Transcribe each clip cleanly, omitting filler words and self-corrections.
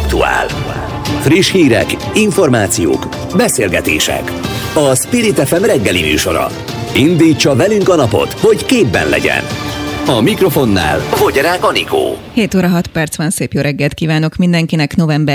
aktuál. Friss hírek, információk, beszélgetések. A Spirit FM reggeli műsora. Indítsa velünk a napot, hogy képben legyen. A mikrofonnál Vogyarák Anikó. 7 óra 6 perc van, szép jó reggelt kívánok mindenkinek november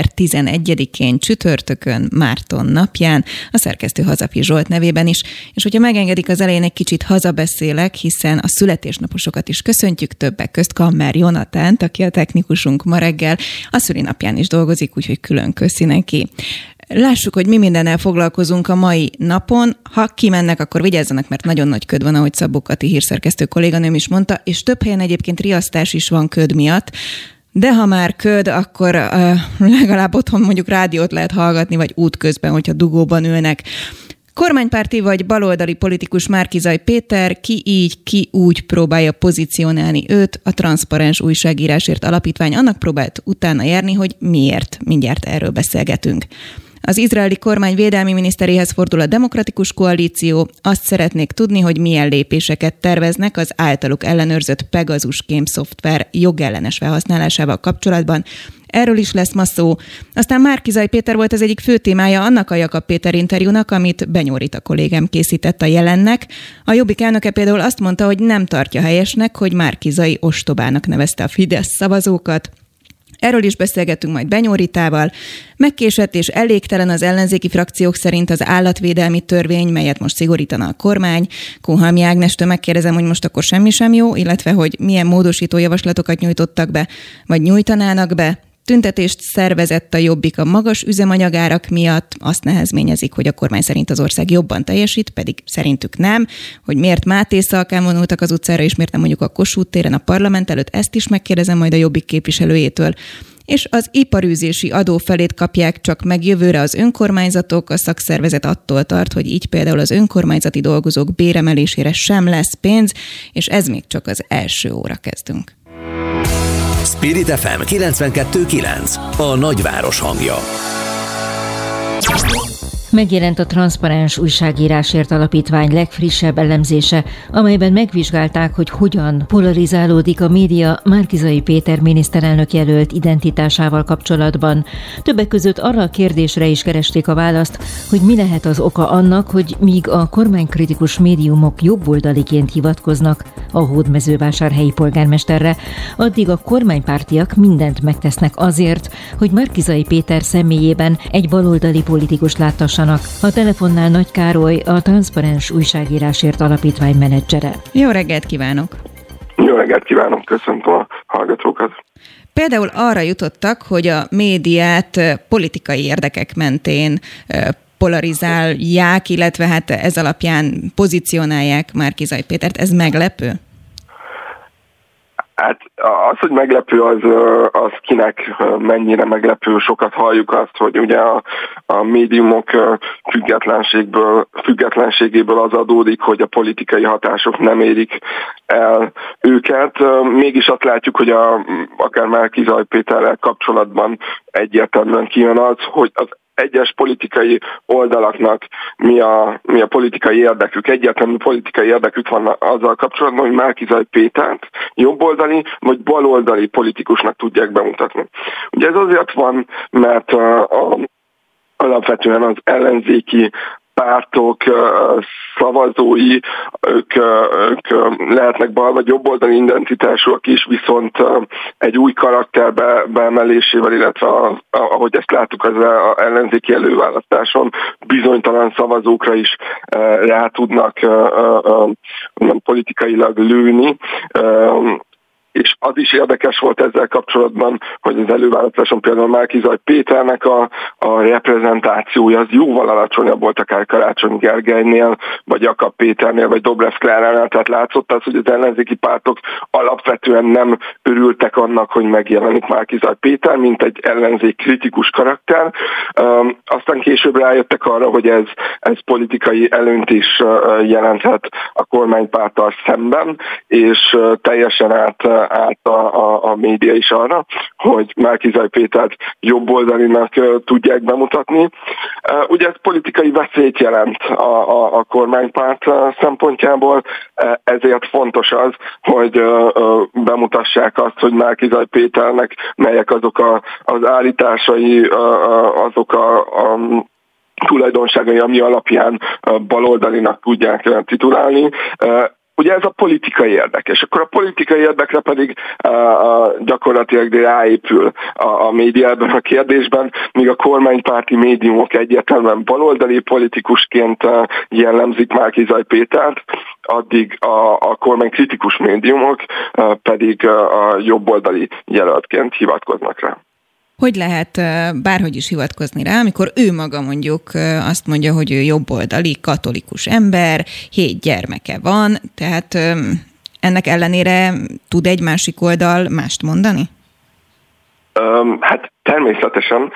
11-én csütörtökön, Márton napján, a szerkesztő Hazafi Zsolt nevében is. És hogyha megengedik, az elején egy kicsit hazabeszélek, hiszen a születésnaposokat is köszöntjük, többek közt Kammer Jonatánt, aki a technikusunk ma reggel, a szülinapján is dolgozik, úgyhogy külön köszi neki. Lássuk, hogy mi mindennel foglalkozunk a mai napon. Ha kimennek, akkor vigyázzanak, mert nagyon nagy köd van, ahogy Szabó Kati hírszerkesztő kolléganőm is mondta, és több helyen egyébként riasztás is van köd miatt. De ha már köd, akkor legalább otthon mondjuk rádiót lehet hallgatni, vagy útközben, hogyha dugóban ülnek. Kormánypárti vagy baloldali politikus Márki-Zay Péter ki így, ki úgy próbálja pozícionálni őt, a Transzparens Újságírásért Alapítvány annak próbált utána járni, hogy miért. Mindjárt erről beszélgetünk. Az izraeli kormány védelmi miniszteréhez fordul a Demokratikus Koalíció. Azt szeretnék tudni, hogy milyen lépéseket terveznek az általuk ellenőrzött Pegasus kémszoftver jogellenes felhasználásával kapcsolatban. Erről is lesz ma szó. Aztán Márki-Zay Péter volt az egyik fő témája annak a Jakab Péter interjúnak, amit Benyó Rita kollégám készített a Jelennek. A Jobbik elnöke például azt mondta, hogy nem tartja helyesnek, hogy Márki-Zay ostobának nevezte a Fidesz szavazókat. Erről is beszélgetünk majd Benyó Ritával. Megkésett és elégtelen az ellenzéki frakciók szerint az állatvédelmi törvény, melyet most szigorítana a kormány. Kunhalmi Ágnestől megkérdezem, hogy most akkor semmi sem jó, illetve hogy milyen módosító javaslatokat nyújtottak be, vagy nyújtanának be. Tüntetést szervezett a Jobbik a magas üzemanyagárak miatt, azt nehezményezik, hogy a kormány szerint az ország jobban teljesít, pedig szerintük nem, hogy miért Máté Szalkán vonultak az utcára, és miért nem mondjuk a Kossuth téren a parlament előtt, ezt is megkérdezem majd a Jobbik képviselőjétől. És az iparűzési adó felét kapják csak meg jövőre az önkormányzatok, a szakszervezet attól tart, hogy így például az önkormányzati dolgozók béremelésére sem lesz pénz, és ez még csak az első óra, kezdünk. Spirit FM 92.9, a nagyváros hangja. Megjelent a Transzparens Újságírásért Alapítvány legfrissebb elemzése, amelyben megvizsgálták, hogy hogyan polarizálódik a média Márki-Zay Péter miniszterelnök jelölt identitásával kapcsolatban. Többek között arra a kérdésre is keresték a választ, hogy mi lehet az oka annak, hogy míg a kormánykritikus médiumok jobboldaliként hivatkoznak a hódmezővásárhelyi polgármesterre, addig a kormánypártiak mindent megtesznek azért, hogy Márki-Zay Péter személyében egy baloldali politikus láttassanak. A telefonnál Nagy Károly, a Transzparens Újságírásért Alapítvány menedzsere. Jó reggelt kívánok! Jó reggelt kívánok, köszöntöm a hallgatókat! Például arra jutottak, hogy a médiát politikai érdekek mentén polarizálják, illetve hát ez alapján pozícionálják Márki-Zay Pétert. Ez meglepő? Hát az, hogy meglepő, az kinek mennyire meglepő. Sokat halljuk azt, hogy ugye a médiumok függetlenségéből az adódik, hogy a politikai hatások nem érik el őket. Mégis azt látjuk, hogy akár Márki-Zay Péterrel kapcsolatban egyértelműen kijön az, hogy az egyes politikai oldalaknak mi a politikai érdekük. Egyértelmű politikai érdekük van azzal kapcsolatban, hogy Márki-Zay Pétert jobboldali vagy baloldali politikusnak tudják bemutatni. Ugye ez azért van, mert alapvetően az ellenzéki pártok szavazói, ők lehetnek bal vagy jobboldali identitásúak is, viszont egy új karakter beemelésével, illetve ahogy ezt láttuk az ellenzéki előválasztáson, bizonytalan szavazókra is rá tudnak politikailag lőni. És az is érdekes volt ezzel kapcsolatban, hogy az előválasztáson például Márki-Zay Péternek a reprezentációja az jóval alacsonyabb volt akár Karácsony Gergelynél, vagy Jakab Péternél, vagy Dobrev Kláránál, tehát látszott az, hogy az ellenzéki pártok alapvetően nem örültek annak, hogy megjelenik Márki-Zay Péter, mint egy ellenzék kritikus karakter. Aztán később rájöttek arra, hogy ez politikai előnyt is jelenthet a kormánypárttal szemben, és teljesen állt a média is arra, hogy Márki-Zay Pétert jobboldalinak tudják bemutatni. Ugye ez politikai veszélyt jelent a kormánypárt szempontjából, ezért fontos az, hogy bemutassák azt, hogy Márki-Zay Péternek melyek azok az állításai, azok a tulajdonságai, ami alapján baloldalinak tudják titulálni. Ugye ez a politikai érdek, és akkor a politikai érdekre pedig gyakorlatilag ráépül a média ebben a kérdésben, míg a kormánypárti médiumok egyértelműen baloldali politikusként jellemzik Márki-Zay Pétert, addig a kormánykritikus médiumok pedig a jobboldali jelöltként hivatkoznak rá. Hogy lehet bárhogy is hivatkozni rá, amikor ő maga mondjuk azt mondja, hogy ő jobboldali, katolikus ember, 7 gyermeke van, tehát ennek ellenére tud egy másik oldal mást mondani? Hát természetesen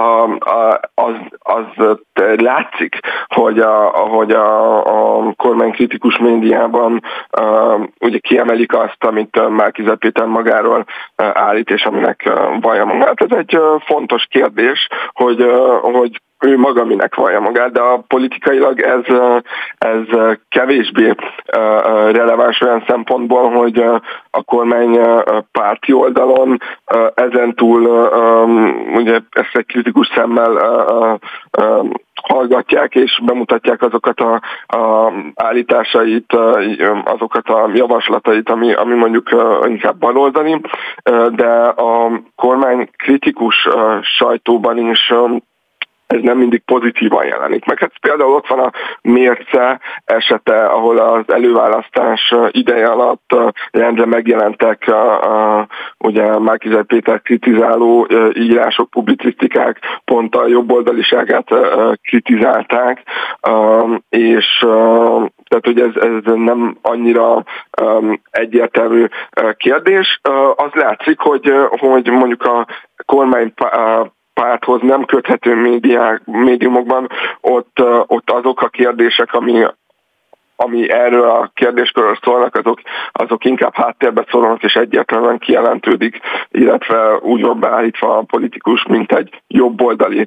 az látszik, hogy a kormánykritikus médiában ugye kiemelik azt, amit Márki-Zay Péter magáról állít, és aminek vallja magát. Ez egy fontos kérdés, hogy ő maga minek vallja magát, de politikailag ez kevésbé releváns olyan szempontból, hogy a kormány párti oldalon ezentúl ugye ezt egy kritikus szemmel hallgatják és bemutatják azokat a állításait, azokat a javaslatait, ami mondjuk inkább baloldali, de a kormány kritikus sajtóban is ez nem mindig pozitívan jelenik meg. Hát például ott van a Mérce esete, ahol az előválasztás ideje alatt rendre megjelentek ugye Márki-Zay Péter kritizáló írások, publicisztikák, pont a jobboldaliságát kritizálták, és tehát, hogy ez nem annyira egyértelmű kérdés. Az látszik, hogy mondjuk a kormány párthoz nem köthető médiumokban ott azok a kérdések, ami erről a kérdéskörről szólnak, azok inkább háttérbe szólnak, és egyértelműen kijelentődik, illetve úgy van beállítva a politikus, mint egy jobboldali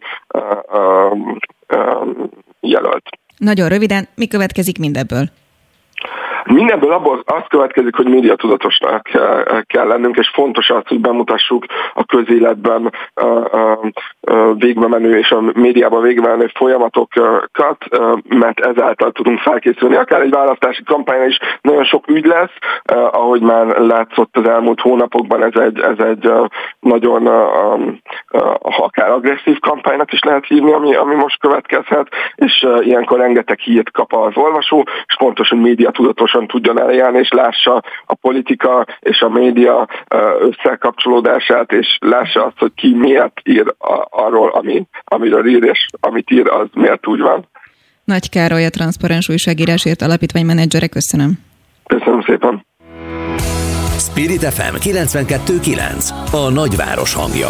jelölt. Nagyon röviden, mi következik mindebből? Mindenből abból az következik, hogy médiatudatosnak kell lennünk, és fontos az, hogy bemutassuk a közéletben végbe menő és a médiában végbe menő folyamatokat, mert ezáltal tudunk felkészülni. Akár egy választási kampányra is nagyon sok ügy lesz, ahogy már látszott az elmúlt hónapokban, ez egy nagyon akár agresszív kampánynak is lehet hívni, ami most következhet, és ilyenkor rengeteg hírt kap az olvasó, és fontos, hogy médiatudatosan tudjon eljárni, és lássa a politika és a média összekapcsolódását, és lássa azt, hogy ki miért ír arról, amiről ír, és amit ír, az miért úgy van. Nagy Károly, a Transzparens Újságírásért Alapítvány menedzsere, köszönöm. Köszönöm szépen. Spirit FM 92.9, a nagyváros hangja.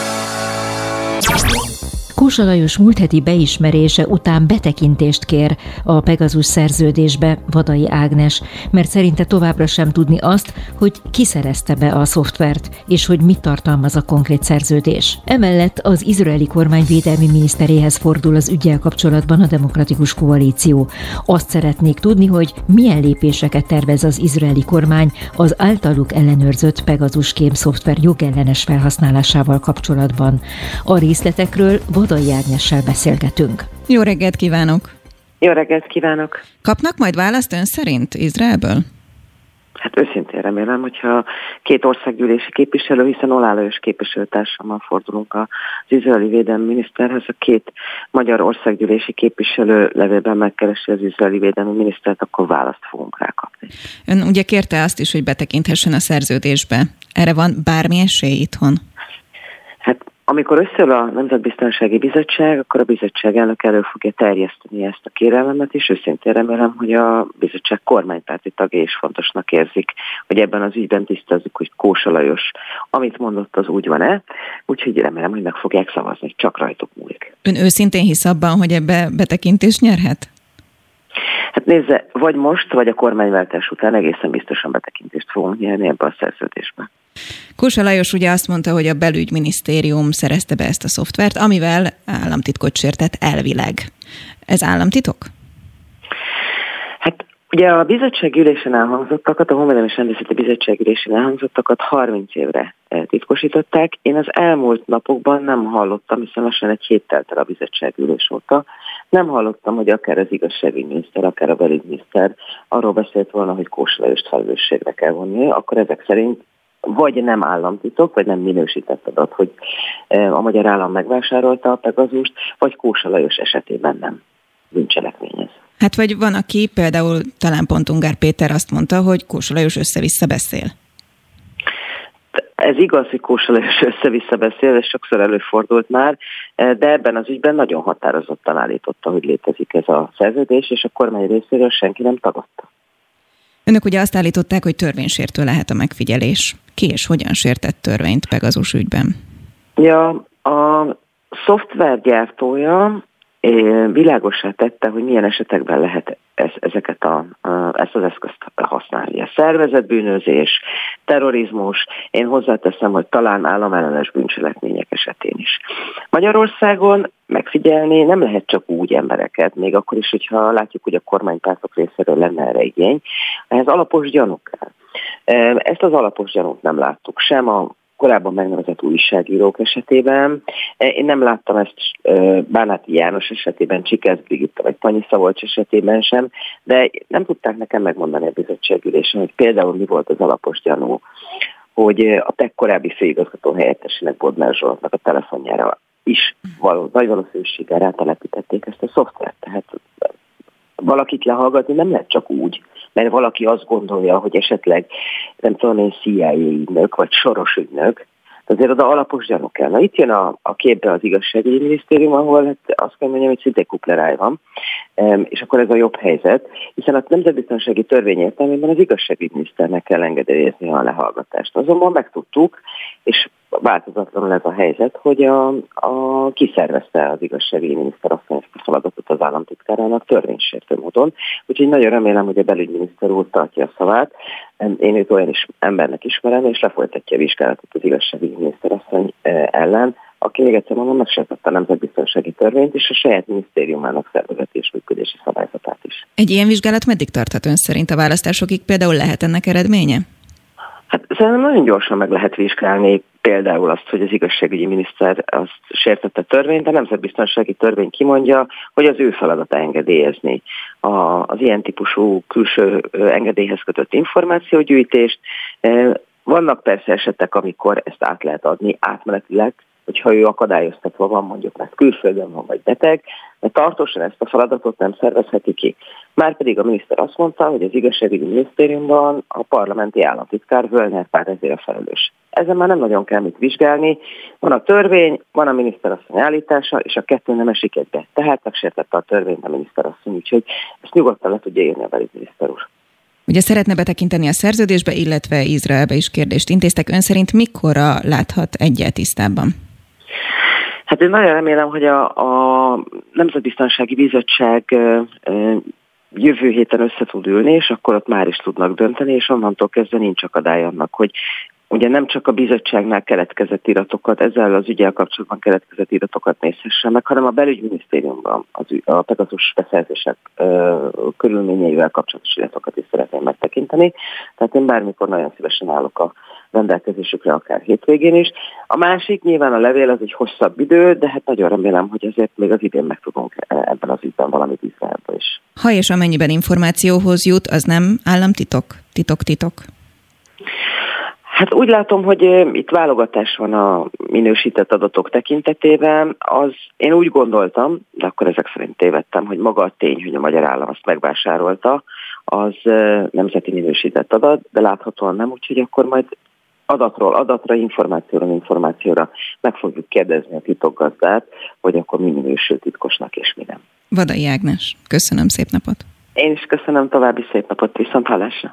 Kósa Lajos múlt heti beismerése után betekintést kér a Pegasus szerződésbe Vadai Ágnes, mert szerinte továbbra sem tudni azt, hogy ki szerezte be a szoftvert, és hogy mit tartalmaz a konkrét szerződés. Emellett az izraeli kormány védelmi miniszteréhez fordul az üggyel kapcsolatban a Demokratikus Koalíció. Azt szeretnék tudni, hogy milyen lépéseket tervez az izraeli kormány az általuk ellenőrzött Pegasus kém szoftver jogellenes felhasználásával kapcsolatban. A részletekről Vadai Ágnessel beszélgetünk. Jó reggelt kívánok! Jó reggelt kívánok! Kapnak majd választ ön szerint Izraelből? Hát őszintén remélem, hogyha két országgyűlési képviselő, hiszen Oláh Lajos képviselőtársammal fordulunk az izraeli védelmi miniszterhez, a két magyar országgyűlési képviselő levélben megkeresi az izraeli védelmi minisztert, akkor választ fogunk rákapni. Ön ugye kérte azt is, hogy betekinthessen a szerződésbe. Erre van bármi esély itthon? Hát amikor összeül a Nemzetbiztonsági Bizottság, akkor a bizottság elnök elő fogja terjeszteni ezt a kérelmemet, és őszintén remélem, hogy a bizottság kormánypárti tagjai is fontosnak érzik, hogy ebben az ügyben tisztázzuk, hogy Kósa Lajos, amit mondott, az úgy van-e, úgyhogy remélem, hogy meg fogják szavazni, csak rajtuk múlik. Ön őszintén hisz abban, hogy ebbe betekintést nyerhet? Hát Nézze, vagy most, vagy a kormányváltás után egészen biztosan betekintést fogunk nyerni ebbe a szerződésbe. Kósa Lajos ugye azt mondta, hogy a belügyminisztérium szerezte be ezt a szoftvert, amivel államtitkot sértett elvileg. Ez államtitok? Hát ugye a bizottsági ülésen elhangzottakat, a Honvédelmi és Rendészeti Bizottsági ülésen elhangzottakat 30 évre titkosították. Én az elmúlt napokban nem hallottam, hiszen lassan egy hét telt el a bizottsági ülés óta, nem hallottam, hogy akár az igazságügyminiszter, akár a belügyminiszter arról beszélt volna, hogy Kósa Lajost felelősségre kell vonni, akkor ezek szerint vagy nem államtitok, vagy nem minősített adat, hogy a magyar állam megvásárolta a Pegazust, vagy Kósa Lajos esetében nem bűncselekményez. Hát vagy van, aki például talán pont Ungár Péter azt mondta, hogy Kósa Lajos össze-vissza beszél. Ez igaz, hogy Kósa Lajos össze-vissza beszél, ez sokszor előfordult már, de ebben az ügyben nagyon határozottan állította, hogy létezik ez a szerződés, és a kormány részéről senki nem tagadta. Önök ugye azt állították, hogy törvénysértő lehet a megfigyelés. Ki és hogyan sértett törvényt Pegazus ügyben? Ja, a szoftver gyártója világossá tette, hogy milyen esetekben lehet ezt az eszközt használni. A szervezetbűnözés, terrorizmus, én hozzáteszem, hogy talán államellenes bűncselekmények esetén is. Magyarországon megfigyelni nem lehet csak úgy embereket, még akkor is, hogyha látjuk, hogy a kormánypártok részéről lenne erre igény. Ehhez alapos gyanú kell. Ezt az alapos gyanút nem láttuk sem a korábban megnevezett újságírók esetében. Én nem láttam ezt Bárnáti János esetében, Csikász Brigitta vagy Panyi Szabolcs esetében sem, de nem tudták nekem megmondani a bizottságülésen, hogy például mi volt az alapos gyanú, hogy a TEK korábbi főigazgató helyettesének, Bodnár Zsoltnak a telefonjára is nagy valószínűséggel rátelepítették ezt a szoftvert. Tehát valakit lehallgatni nem lehet csak úgy, mert valaki azt gondolja, hogy esetleg, nem tudom én, CIA ügynök, vagy soros ügynök, azért oda alapos gyanú kell. Na itt jön a képbe az igazságügyi minisztérium, ahol hát azt kell mondjam, hogy szinte kupleráj van, és akkor ez a jobb helyzet, hiszen a nemzetbiztonsági törvény értelmében az igazságügyi miniszternek kell engedélyezni a lehallgatást. Azonban megtudtuk, és változatlanul ez a helyzet, hogy kiszervezte az igazságügyi miniszter azt a feladatot az államtitkárának törvénysértő módon. Úgyhogy nagyon remélem, hogy a belügyminiszter úr tartja a szavát. Én őt olyan embernek ismerem, és lefolytatja a vizsgálatot az igazságügyi miniszter asszony ellen, aki még egyszer mondom, megsértette a nemzetbiztonsági törvényt és a saját minisztériumának szervezeti és működési szabályzatát is. Egy ilyen vizsgálat meddig tarthat ön szerint? A választásokig például lehet ennek eredménye? Hát szerintem nagyon gyorsan meg lehet vizsgálni például azt, hogy az igazságügyi miniszter azt sértette törvényt, de a nemzetbiztonsági törvény kimondja, hogy az ő feladata engedélyezni az ilyen típusú külső engedélyhez kötött információgyűjtést. Vannak persze esetek, amikor ezt át lehet adni átmenetileg, hogyha ő akadályoztatva van, mondjuk mert külföldön van vagy beteg, de tartósan ezt a feladatot nem szervezheti ki. Márpedig a miniszter azt mondta, hogy az igazságügyi minisztériumban a parlamenti államtitkár Völner Pál ezért a felelős. Ezen már nem nagyon kell mit vizsgálni. Van a törvény, van a miniszterasszony állítása, és a kettő nem esik egybe. Tehát megsértette a törvényt a miniszterasszony, úgyhogy ezt nyugodtan le tudja írni a belügyminiszter úr. Ugye szeretne betekinteni a szerződésbe, illetve Izraelbe is kérdést intéztek. Ön szerint mikorra láthat egyet tisztában? Hát én nagyon remélem, hogy a Nemzetbiztonsági Bizottság jövő héten össze tud ülni, és akkor ott már is tudnak dönteni, és onnantól kezdve nincs akadály annak, hogy ugye nem csak a bizottságnál keletkezett iratokat, ezzel az ügyel kapcsolatban keletkezett iratokat nézhessen meg, hanem a belügyminisztériumban a Pegazus beszerzések körülményeivel kapcsolatos iratokat is szeretném megtekinteni. Tehát én bármikor nagyon szívesen állok a rendelkezésükre, akár hétvégén is. A másik nyilván a levél az egy hosszabb idő, de hát nagyon remélem, hogy azért még az idén meg tudunk ebben az ügyben valamit Izraelből is. Ha és amennyiben információhoz jut, az nem államtitok? Titok? Hát úgy látom, hogy itt válogatás van a minősített adatok tekintetében. Én úgy gondoltam, de akkor ezek szerint tévedtem, hogy maga a tény, hogy a magyar állam azt megvásárolta, az nemzeti minősített adat, de láthatóan nem, úgyhogy akkor majd adatról adatra, információra meg fogjuk kérdezni a titokgazdát, hogy akkor mi minősül titkosnak és mi nem. Vadai Ágnes, köszönöm, szép napot! Én is köszönöm, további szép napot, viszonthallásra!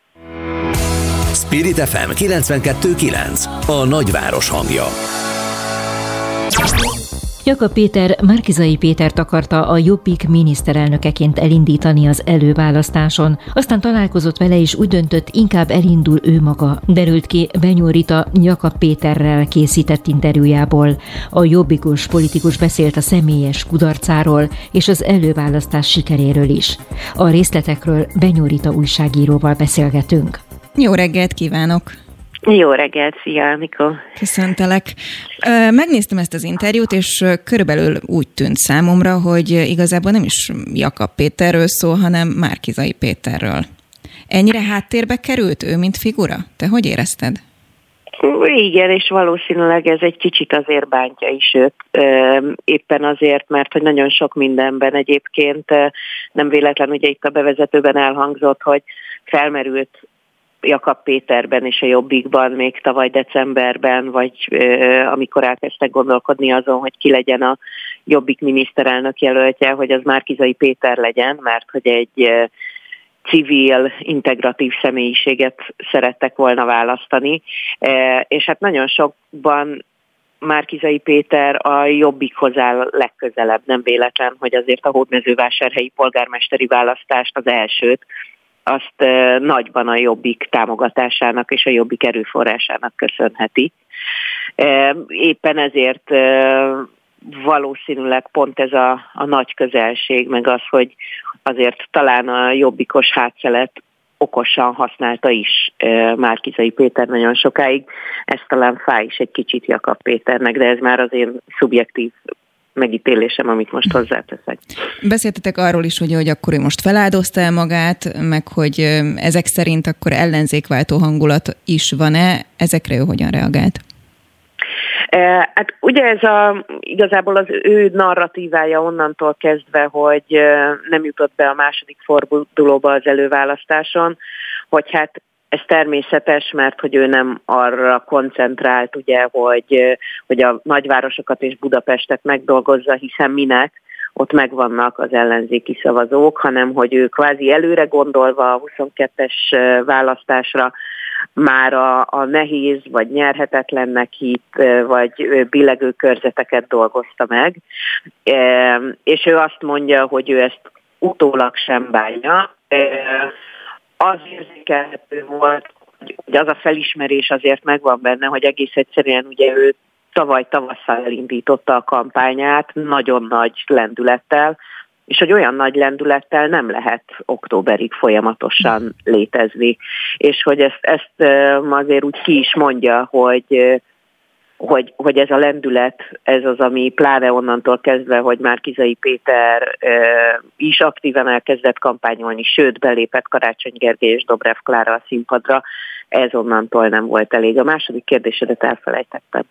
Spirit FM 92.9, a nagyváros hangja. Jakab Péter Márki-Zay Pétert akarta a Jobbik miniszterelnökeként elindítani az előválasztáson, aztán találkozott vele és úgy döntött, inkább elindul ő maga, derült ki Benyó Rita Jakab Péterrel készített interjújából. A jobbikos politikus beszélt a személyes kudarcáról és az előválasztás sikeréről is. A részletekről Benyó Rita újságíróval beszélgetünk. Jó reggelt kívánok! Jó reggelt, szia, Anikó! Köszöntelek. Megnéztem ezt az interjút, és körülbelül úgy tűnt számomra, hogy igazából nem is Jakab Péterről szól, hanem Márki-Zay Péterről. Ennyire háttérbe került ő, mint figura? Te hogy érezted? Igen, és valószínűleg ez egy kicsit azért bántja is őt. Éppen azért, mert hogy nagyon sok mindenben egyébként nem véletlen, ugye itt a bevezetőben elhangzott, hogy felmerült Jakab Péterben és a Jobbikban még tavaly decemberben, vagy amikor elkezdtek gondolkodni azon, hogy ki legyen a Jobbik miniszterelnök jelöltje, hogy az Márki-Zay Péter legyen, mert hogy egy civil, integratív személyiséget szerettek volna választani. És hát nagyon sokban Márki-Zay Péter a Jobbikhoz áll legközelebb, nem véletlen, hogy azért a hódmezővásárhelyi polgármesteri választást, az elsőt, azt nagyban a Jobbik támogatásának és a Jobbik erőforrásának köszönheti. Éppen ezért valószínűleg pont ez a nagy közelség, meg az, hogy azért talán a jobbikos hátszelet okosan használta is Márki-Zay Péter nagyon sokáig. Ez talán fáj is egy kicsit Jakab Péternek, de ez már az én szubjektív megítélésem, amit most hozzáteszek. Beszéltetek arról is, hogy akkor ő most feláldozta el magát, meg hogy ezek szerint akkor ellenzékváltó hangulat is van-e? Ezekre ő hogyan reagált? Hát ugye ez igazából az ő narratívája onnantól kezdve, hogy nem jutott be a második fordulóba az előválasztáson, hogy hát ez természetes, mert hogy ő nem arra koncentrált, ugye, hogy a nagyvárosokat és Budapestet megdolgozza, hiszen minek, ott megvannak az ellenzéki szavazók, hanem hogy ő kvázi előre gondolva a 22-es választásra már a nehéz, vagy nyerhetetlennek hitt, vagy billegő körzeteket dolgozta meg. És ő azt mondja, hogy ő ezt utólag sem bánja. Az érzékelhető volt, hogy az a felismerés azért megvan benne, hogy egész egyszerűen ugye ő tavaly tavasszal elindította a kampányát nagyon nagy lendülettel, és hogy olyan nagy lendülettel nem lehet októberig folyamatosan létezni. És hogy ezt azért úgy ki is mondja, hogy ez a lendület, ez az, ami pláne onnantól kezdve, hogy Márki-Zay Péter is aktívan elkezdett kampányolni, sőt belépett Karácsony Gergely és Dobrev Klára a színpadra, ez onnantól nem volt elég. A második kérdésedet elfelejtettem.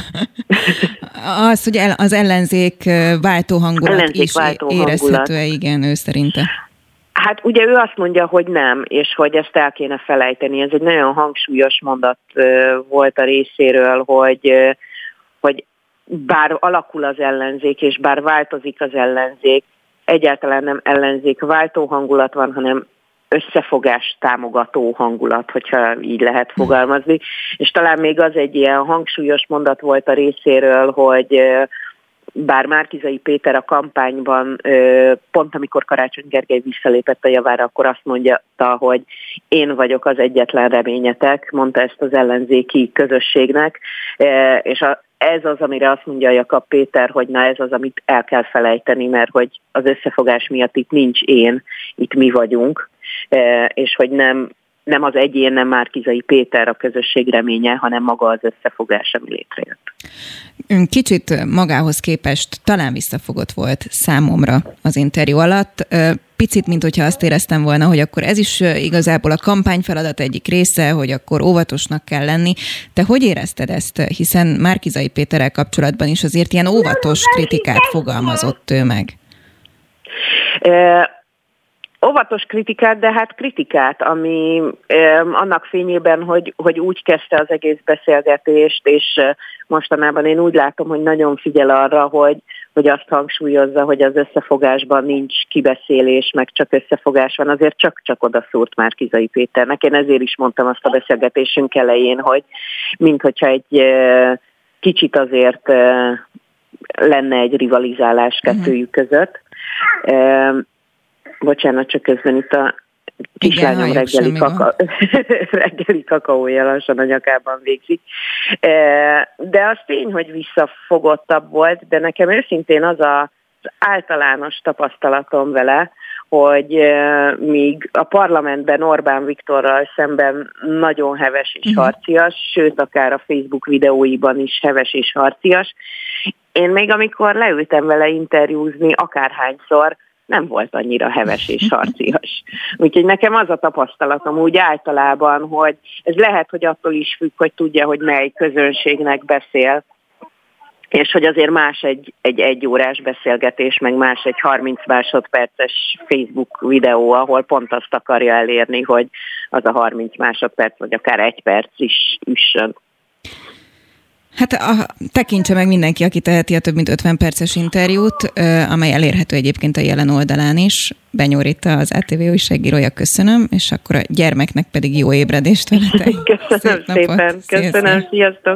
Az, hogy az ellenzék váltó hangulat is érezhető-e, igen, ő szerinte? Hát ugye ő azt mondja, hogy nem, és hogy ezt el kéne felejteni. Ez egy nagyon hangsúlyos mondat volt a részéről, hogy bár alakul az ellenzék, és bár változik az ellenzék, egyáltalán nem ellenzék váltó hangulat van, hanem összefogás támogató hangulat, hogyha így lehet fogalmazni. És talán még az egy ilyen hangsúlyos mondat volt a részéről, hogy bár Márki-Zay Péter a kampányban, pont amikor Karácsony Gergely visszalépett a javára, akkor azt mondja, hogy én vagyok az egyetlen reményetek, mondta ezt az ellenzéki közösségnek, és ez az, amire azt mondja Jakab Péter, hogy na ez az, amit el kell felejteni, mert hogy az összefogás miatt itt nincs én, itt mi vagyunk, és hogy nem az egyén, nem Márki-Zay Péter a közösség reménye, hanem maga az összefogás, ami létrejött. Kicsit magához képest talán visszafogott volt számomra az interjú alatt. Picit, mint hogyha azt éreztem volna, hogy akkor ez is igazából a kampányfeladat egyik része, hogy akkor óvatosnak kell lenni. Te hogy érezted ezt? Hiszen Márki-Zay Péterrel kapcsolatban is azért ilyen óvatos kritikát fogalmazott ő meg. Óvatos kritikát, de hát kritikát, ami annak fényében, hogy úgy kezdte az egész beszélgetést, és mostanában én úgy látom, hogy nagyon figyel arra, hogy azt hangsúlyozza, hogy az összefogásban nincs kibeszélés, meg csak összefogás van, azért csak oda szúrt Márki-Zay Péternek. Én ezért is mondtam azt a beszélgetésünk elején, hogy minthogyha egy kicsit azért lenne egy rivalizálás kettőjük között. Bocsánat, csak közben itt a kislányom reggeli kakaója lassan a nyakában végzik. De az tény, hogy visszafogottabb volt, de nekem őszintén az az általános tapasztalatom vele, hogy míg a parlamentben Orbán Viktorral szemben nagyon heves és harcias, sőt akár a Facebook videóiban is heves és harcias, én még amikor leültem vele interjúzni akárhányszor, nem volt annyira heves és harcias. Úgyhogy nekem az a tapasztalatom úgy általában, hogy ez lehet, hogy attól is függ, hogy tudja, hogy mely közönségnek beszél, és hogy azért más egy órás beszélgetés, meg más egy 30 másodperces Facebook videó, ahol pont azt akarja elérni, hogy az a 30 másodperc, vagy akár 1 perc is üssön. Hát tekintse meg mindenki, aki teheti a több mint 50 perces interjút, amely elérhető egyébként a Jelen oldalán is. Benyúr itt az ATV újságírója, köszönöm, és akkor a gyermeknek pedig jó ébredést veletek. Köszönöm szépen, köszönöm, sziasztok!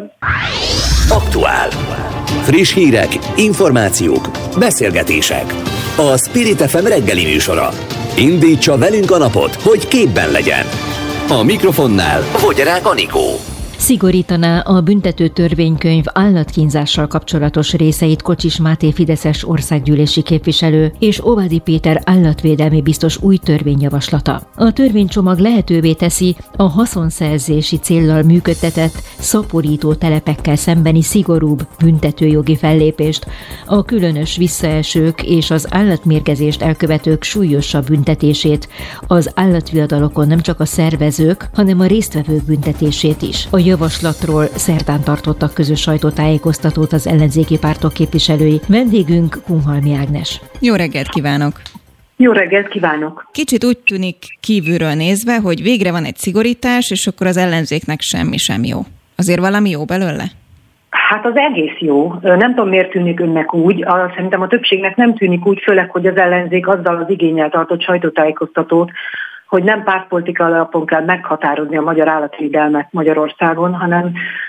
Aktuál. Friss hírek, információk, beszélgetések. A Spirit FM reggeli műsora. Indítsa velünk a napot, hogy képben legyen. A mikrofonnál Vogyarák Anikó. Szigorítaná a büntető törvénykönyv állatkínzással kapcsolatos részeit Kocsis Máté fideszes országgyűlési képviselő és Óvádi Péter állatvédelmi biztos új törvényjavaslata. A törvénycsomag lehetővé teszi a haszonszerzési céllal működtetett szaporító telepekkel szembeni szigorúbb büntetőjogi fellépést, a különös visszaesők és az állatmérgezést elkövetők súlyosabb büntetését, az állatviadalokon nem csak a szervezők, hanem a résztvevők büntetését is. A javaslatról szerdán tartottak közös sajtótájékoztatót az ellenzéki pártok képviselői. Vendégünk Kunhalmi Ágnes. Jó reggelt kívánok! Jó reggelt kívánok! Kicsit úgy tűnik kívülről nézve, hogy végre van egy szigorítás, és akkor az ellenzéknek semmi sem jó. Azért valami jó belőle? Hát az egész jó. Nem tudom, miért tűnik önnek úgy. Szerintem a többségnek nem tűnik úgy, főleg, hogy az ellenzék azzal az igénnyel tartott sajtótájékoztatót, hogy nem pártpolitika alapon kell meghatározni a magyar állatvédelmet Magyarországon, hanem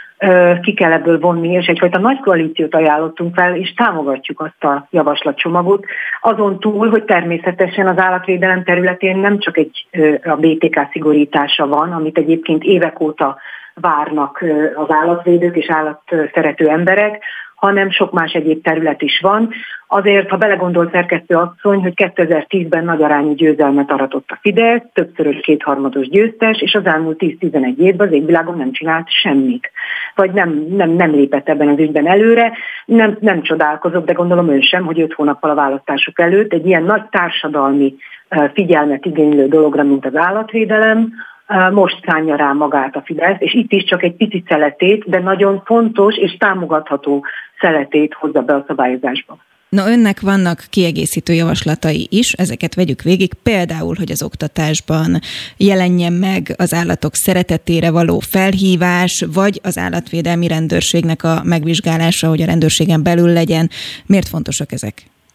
ki kell ebből vonni, és egyfajta nagy koalíciót ajánlottunk fel, és támogatjuk azt a javaslatcsomagot. Azon túl, hogy természetesen az állatvédelem területén nem csak a BTK szigorítása van, amit egyébként évek óta várnak az állatvédők és állatszerető emberek, hanem sok más egyéb terület is van. Azért, ha belegondol szerkesztő asszony, hogy 2010-ben nagy arányú győzelmet aratott a Fidesz, többszörös 2/3 győztes, és az elmúlt 10-11 évben az égvilágon nem csinált semmit. Vagy nem lépett ebben az ügyben előre. Nem csodálkozok, de gondolom ön sem, hogy 5 hónappal a választások előtt egy ilyen nagy társadalmi figyelmet igénylő dologra, mint az állatvédelem, most szánja rá magát a Fidesz, és itt is csak egy pici szeletét, de nagyon fontos és támogatható szeletét hozza be a szabályozásba. Na, önnek vannak kiegészítő javaslatai is, ezeket vegyük végig, például, hogy az oktatásban jelenjen meg az állatok szeretetére való felhívás, vagy az állatvédelmi rendőrségnek a megvizsgálása, hogy a rendőrségen belül legyen. Miért fontosak ezek?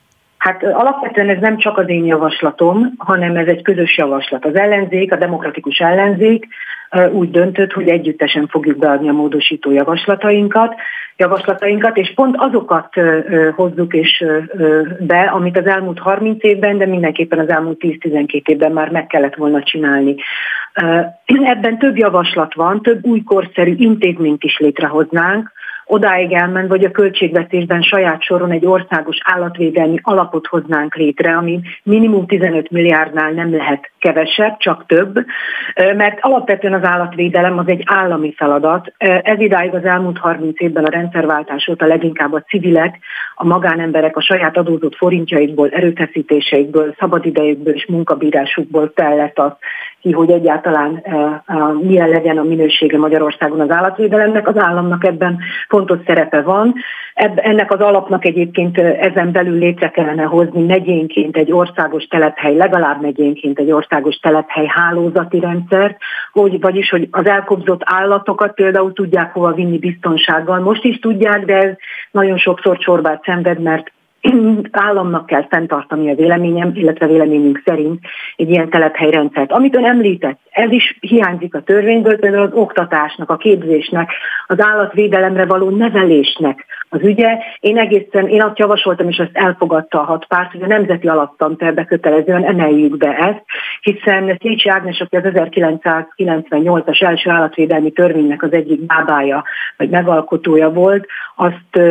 Hát alapvetően ez nem csak az én javaslatom, hanem ez egy közös javaslat. Az ellenzék, a demokratikus ellenzék úgy döntött, hogy együttesen fogjuk beadni a módosító javaslatainkat, és pont azokat hozzuk és be, amit az elmúlt 30 évben, de mindenképpen az elmúlt 10-12 évben már meg kellett volna csinálni. Ebben több javaslat van, több új korszerű intézményt is létrehoznánk, odáig elment, vagy a költségvetésben saját soron egy országos állatvédelmi alapot hoznánk létre, ami minimum 15 milliárdnál nem lehet kevesebb, csak több, mert alapvetően az állatvédelem az egy állami feladat. Ez idáig az elmúlt 30 évben a rendszerváltás óta leginkább a civilek, a magánemberek a saját adózott forintjaikból, erőfeszítéseikből, szabadidejükből és munkabírásukból kellett az ki, hogy egyáltalán milyen legyen a minősége Magyarországon az állatvédelemnek. Az államnak ebben fontos szerepe van. Ennek az alapnak egyébként ezen belül létre kellene hozni megyénként egy országos telephely, legalább megyénként egy országos telephely hálózati rendszert, vagyis, hogy az elkobzott állatokat például tudják hova vinni biztonsággal. Most is tudják, de ez nagyon sokszor csorbát szenved, mert államnak kell fenntartani a véleményem, illetve véleményünk szerint egy ilyen telephelyrendszert. Amit ön említett, ez is hiányzik a törvényből, például az oktatásnak, a képzésnek, az állatvédelemre való nevelésnek az ügye. Én azt javasoltam, és ezt elfogadta a 6 párt, hogy a nemzeti alaptantervbe kötelezően emeljük be ezt, hiszen Szécsi Ágnes, aki az 1998-as első állatvédelmi törvénynek az egyik bábája, vagy megalkotója volt, azt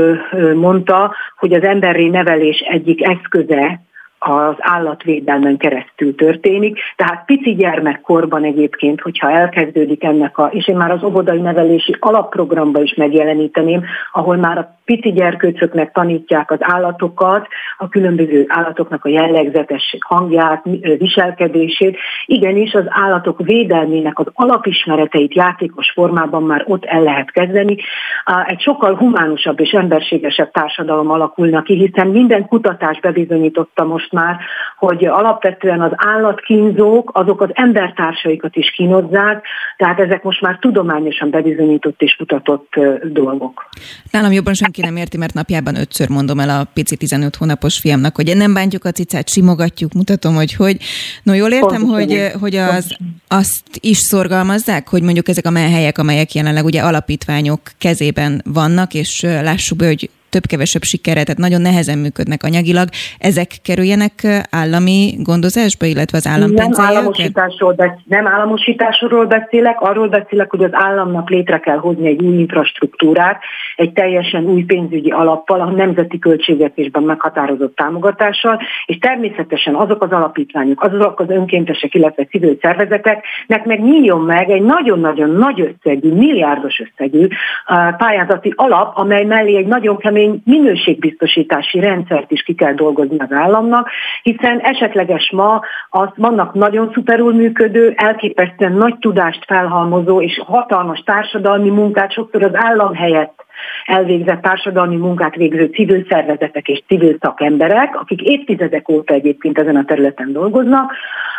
mondta, hogy az emberi nevelés egyik eszköze az állatvédelmen keresztül történik. Tehát pici gyermekkorban egyébként, hogyha elkezdődik és én már az óvodai nevelési alapprogramba is megjeleníteném, ahol már a pici gyerkőcöknek tanítják az állatokat, a különböző állatoknak a jellegzetesség hangját, viselkedését. Igenis, az állatok védelmének az alapismereteit játékos formában már ott el lehet kezdeni. Egy sokkal humánusabb és emberségesebb társadalom alakulna ki, hiszen minden kutatás bebizonyította most már, hogy alapvetően az állatkínzók azok az embertársaikat is kínozzák, tehát ezek most már tudományosan bebizonyított és kutatott dolgok. Nálam jobban senki nem érti, mert napjában 5-ször mondom el a pici 15 hónapos fiamnak, hogy nem bántjuk a cicát, simogatjuk, mutatom, hogy no, jól értem, hogy azt is szorgalmazzák, hogy mondjuk ezek a menhelyek, amelyek jelenleg ugye alapítványok kezében vannak, és lássuk be, hogy több-kevesebb sikerrel, tehát nagyon nehezen működnek anyagilag. Ezek kerüljenek állami gondozásba, illetve az állam pénzével? Nem államosításról beszélek, arról beszélek, hogy az államnak létre kell hozni egy új infrastruktúrát, egy teljesen új pénzügyi alappal, a nemzeti költségvetésben meghatározott támogatással, és természetesen azok az alapítványok, azok az önkéntesek, illetve civil szervezeteknek meg nyíljon meg egy nagyon-nagyon nagy összegű, milliárdos összegű pályázati alap, amely mellé egy nagyon kemény minőségbiztosítási rendszert is ki kell dolgozni az államnak, hiszen esetleges vannak nagyon szuperul működő, elképesztően nagy tudást felhalmozó és hatalmas társadalmi munkát, sokszor az állam helyett elvégzett társadalmi munkát végző civil szervezetek és civil szakemberek, akik évtizedek óta egyébként ezen a területen dolgoznak,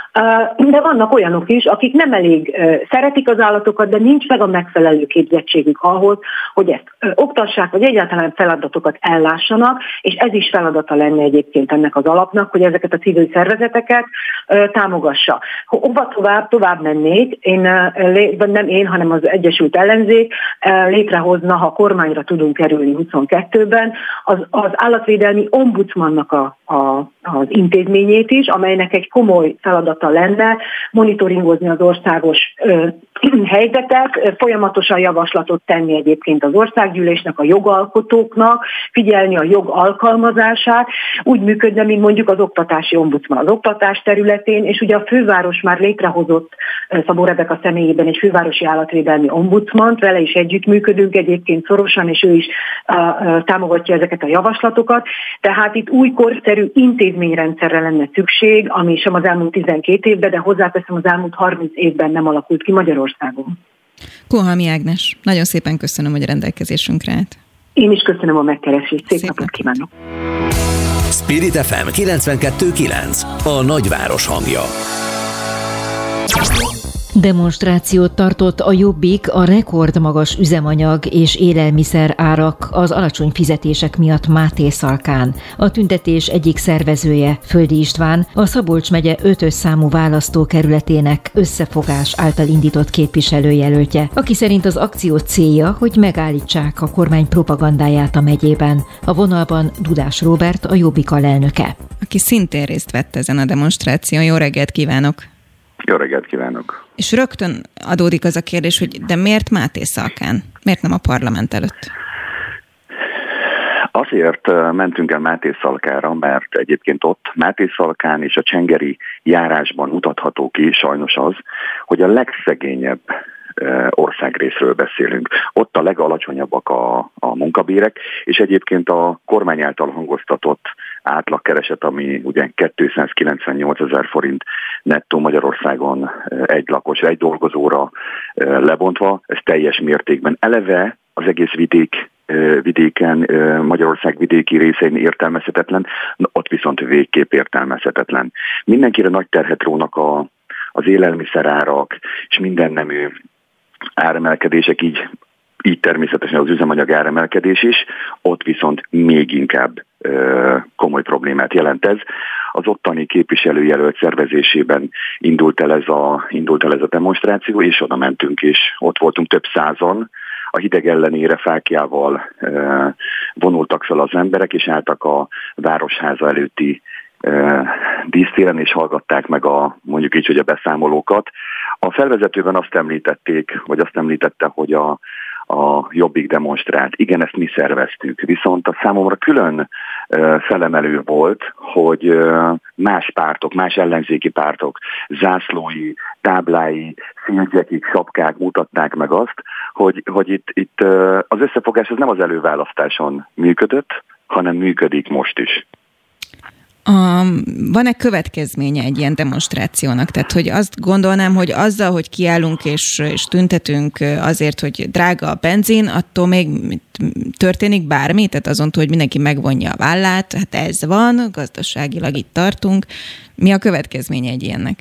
de vannak olyanok is, akik nem elég szeretik az állatokat, de nincs meg a megfelelő képzettségük ahhoz, hogy ezt oktassák, vagy egyáltalán feladatokat ellássanak, és ez is feladata lenne egyébként ennek az alapnak, hogy ezeket a civil szervezeteket támogassa. Hova tovább mennék, nem én, hanem az Egyesült Ellenzék létrehozna, ha kormányra tudunk kerülni 22-ben, az állatvédelmi ombudsmannak az intézményét is, amelynek egy komoly feladata lenne monitoringozni az országos helyzetet, folyamatosan javaslatot tenni egyébként az országgyűlésnek, a jogalkotóknak, figyelni a jog alkalmazását, úgy működne, mint mondjuk az oktatási ombudsman az oktatás területén, és ugye a főváros már létrehozott Szabó Rebeka személyében egy fővárosi állatvédelmi ombudsmant, vele is együttműködünk egyébként szorosan, és ő is támogatja ezeket a javaslatokat, tehát itt új korszerű intézményrendszerre lenne szükség, ami sem az elmúlt 12 évben, de hozzáteszem, az elmúlt 30 évben nem alakult ki Magyarországon. Kunhalmi Ágnes, nagyon szépen köszönöm, hogy a rendelkezésünkre állt. Én is köszönöm a megkeresést, szép napot kívánok! Spirit FM 92.9, a nagyváros hangja. Demonstrációt tartott a Jobbik a rekordmagas üzemanyag és élelmiszer árak, az alacsony fizetések miatt Mátészalkán. A tüntetés egyik szervezője, Földi István, a Szabolcs megye 5-ös számú választókerületének Összefogás által indított képviselőjelöltje, aki szerint az akció célja, hogy megállítsák a kormány propagandáját a megyében. A vonalban Dudás Róbert, a Jobbik alelnöke. Aki szintén részt vett ezen a demonstráción. Jó reggelt kívánok! Jó reggelt kívánok! És rögtön adódik az a kérdés, hogy de miért Mátészalkán? Miért nem a parlament előtt? Azért mentünk el Mátészalkára, mert egyébként ott Mátészalkán és a csengeri járásban mutatható ki sajnos az, hogy a legszegényebb országrészről beszélünk. Ott a legalacsonyabbak a munkabérek, és egyébként a kormány által hangoztatott átlagkereset, ami ugye 298 000 forint nettó Magyarországon egy lakos, egy dolgozóra lebontva, ez teljes mértékben eleve az egész vidéken, Magyarország vidéki részein értelmezhetetlen, ott viszont végképp értelmezhetetlen. Mindenkire nagy terhet rónak az élelmiszerárak és minden nemű áremelkedések, így természetesen az üzemanyag áremelkedés is, ott viszont még inkább komoly problémát jelent ez. Az ottani képviselőjelölt szervezésében indult el ez a demonstráció, és oda mentünk, és ott voltunk több százan, a hideg ellenére fáklyával vonultak fel az emberek, és álltak a Városháza előtti dísztéren, és hallgatták meg mondjuk így, hogy a beszámolókat. A felvezetőben azt említette, hogy a Jobbik demonstrált. Igen, ezt mi szerveztük. Viszont a számomra külön felemelő volt, hogy más pártok, más ellenzéki pártok zászlói, táblái, színgyekik, sapkák mutatták meg azt, hogy itt az összefogás az nem az előválasztáson működött, hanem működik most is. Van-e következménye egy ilyen demonstrációnak? Tehát, hogy azt gondolnám, hogy azzal, hogy kiállunk és tüntetünk azért, hogy drága a benzin, attól még történik bármi? Tehát azon túl, hogy mindenki megvonja a vállát, hát ez van, gazdaságilag itt tartunk. Mi a következménye egy ilyennek?